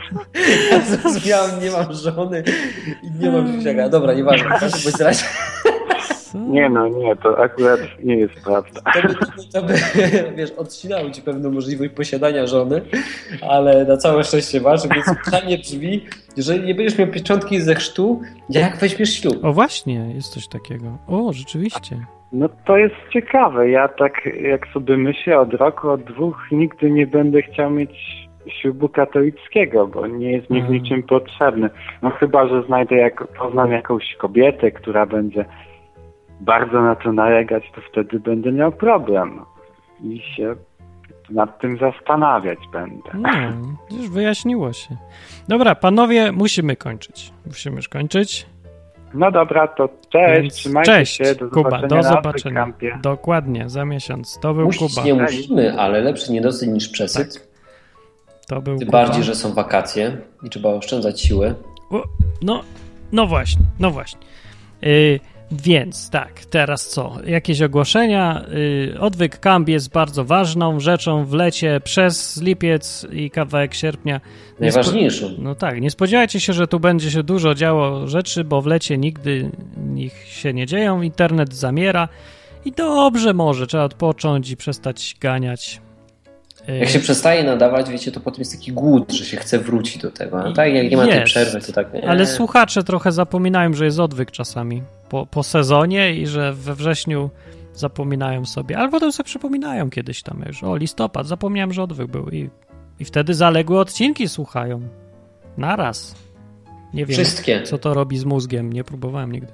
Ja zrozumiałem, nie mam żony i nie mam siusiaka. Dobra, nieważne. W każdym bądź razie Co? Nie no, nie, to akurat nie jest prawda. to by, to by wiesz, odcinało ci pewną możliwość posiadania żony, ale na całe szczęście masz, więc pytanie brzmi, jeżeli nie będziesz miał pieczątki ze chrztu, jak weźmiesz ślub? O właśnie, jest coś takiego. O, rzeczywiście. No to jest ciekawe. Ja tak jak sobie myślę od roku, od dwóch nigdy nie będę chciał mieć ślubu katolickiego, bo nie jest mi w Mhm. niczym potrzebny. No chyba, że znajdę, jak, poznam jakąś kobietę, która będzie bardzo na to nalegać, to wtedy będę miał problem. I się nad tym zastanawiać będę. No, już wyjaśniło się. Dobra, panowie, musimy kończyć. Musimy już kończyć. No dobra, to cześć, Więc trzymajcie cześć, się, do Kuba, zobaczenia do na zobaczenia. Kampie. Dokładnie, za miesiąc. To był Musić Kuba. nie musimy, ale lepszy niedosyt niż przesyt. To był Tym Kuba. bardziej, że są wakacje i trzeba oszczędzać siły. O, no, no właśnie, no właśnie. Yy, więc tak, teraz co? Jakieś ogłoszenia? Yy, odwyk Camp jest bardzo ważną rzeczą w lecie przez lipiec i kawałek sierpnia. Nie spo- Najważniejszą. No tak, nie spodziewajcie się, że tu będzie się dużo działo rzeczy, bo w lecie nigdy nich się nie dzieją, internet zamiera i dobrze może, trzeba odpocząć i przestać ganiać. Yy, Jak się przestaje nadawać, wiecie, to potem jest taki głód, że się chce wrócić do tego. No tak, jak nie ma tej Jest. przerwy, to tak... Nie. Ale słuchacze trochę zapominają, że jest odwyk czasami po, po sezonie i że we wrześniu zapominają sobie, ale potem sobie przypominają kiedyś tam już. O, listopad, zapomniałem, że odwyk był i, i wtedy zaległe odcinki słuchają. Naraz. Nie wiem, Wszystkie. co to robi z mózgiem, nie próbowałem nigdy.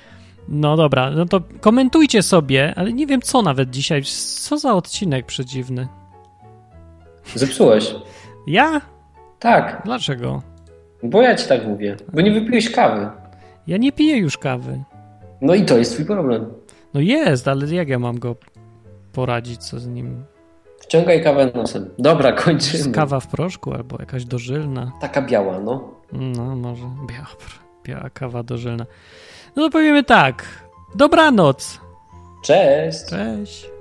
No dobra, no to komentujcie sobie, ale nie wiem co nawet dzisiaj, co za odcinek przedziwny. Zepsułeś. Ja? Tak, Dlaczego? bo ja ci tak mówię. Bo nie wypiłeś kawy. Ja nie piję już kawy. No i to jest twój problem. No jest, ale jak ja mam go poradzić, co z nim? Wciągaj kawę nosem. Dobra, Jest kończymy. kawa w proszku albo jakaś dożylna. Taka biała, no. No, może biała, biała kawa dożylna. No to powiemy tak. Dobranoc. Cześć. Cześć.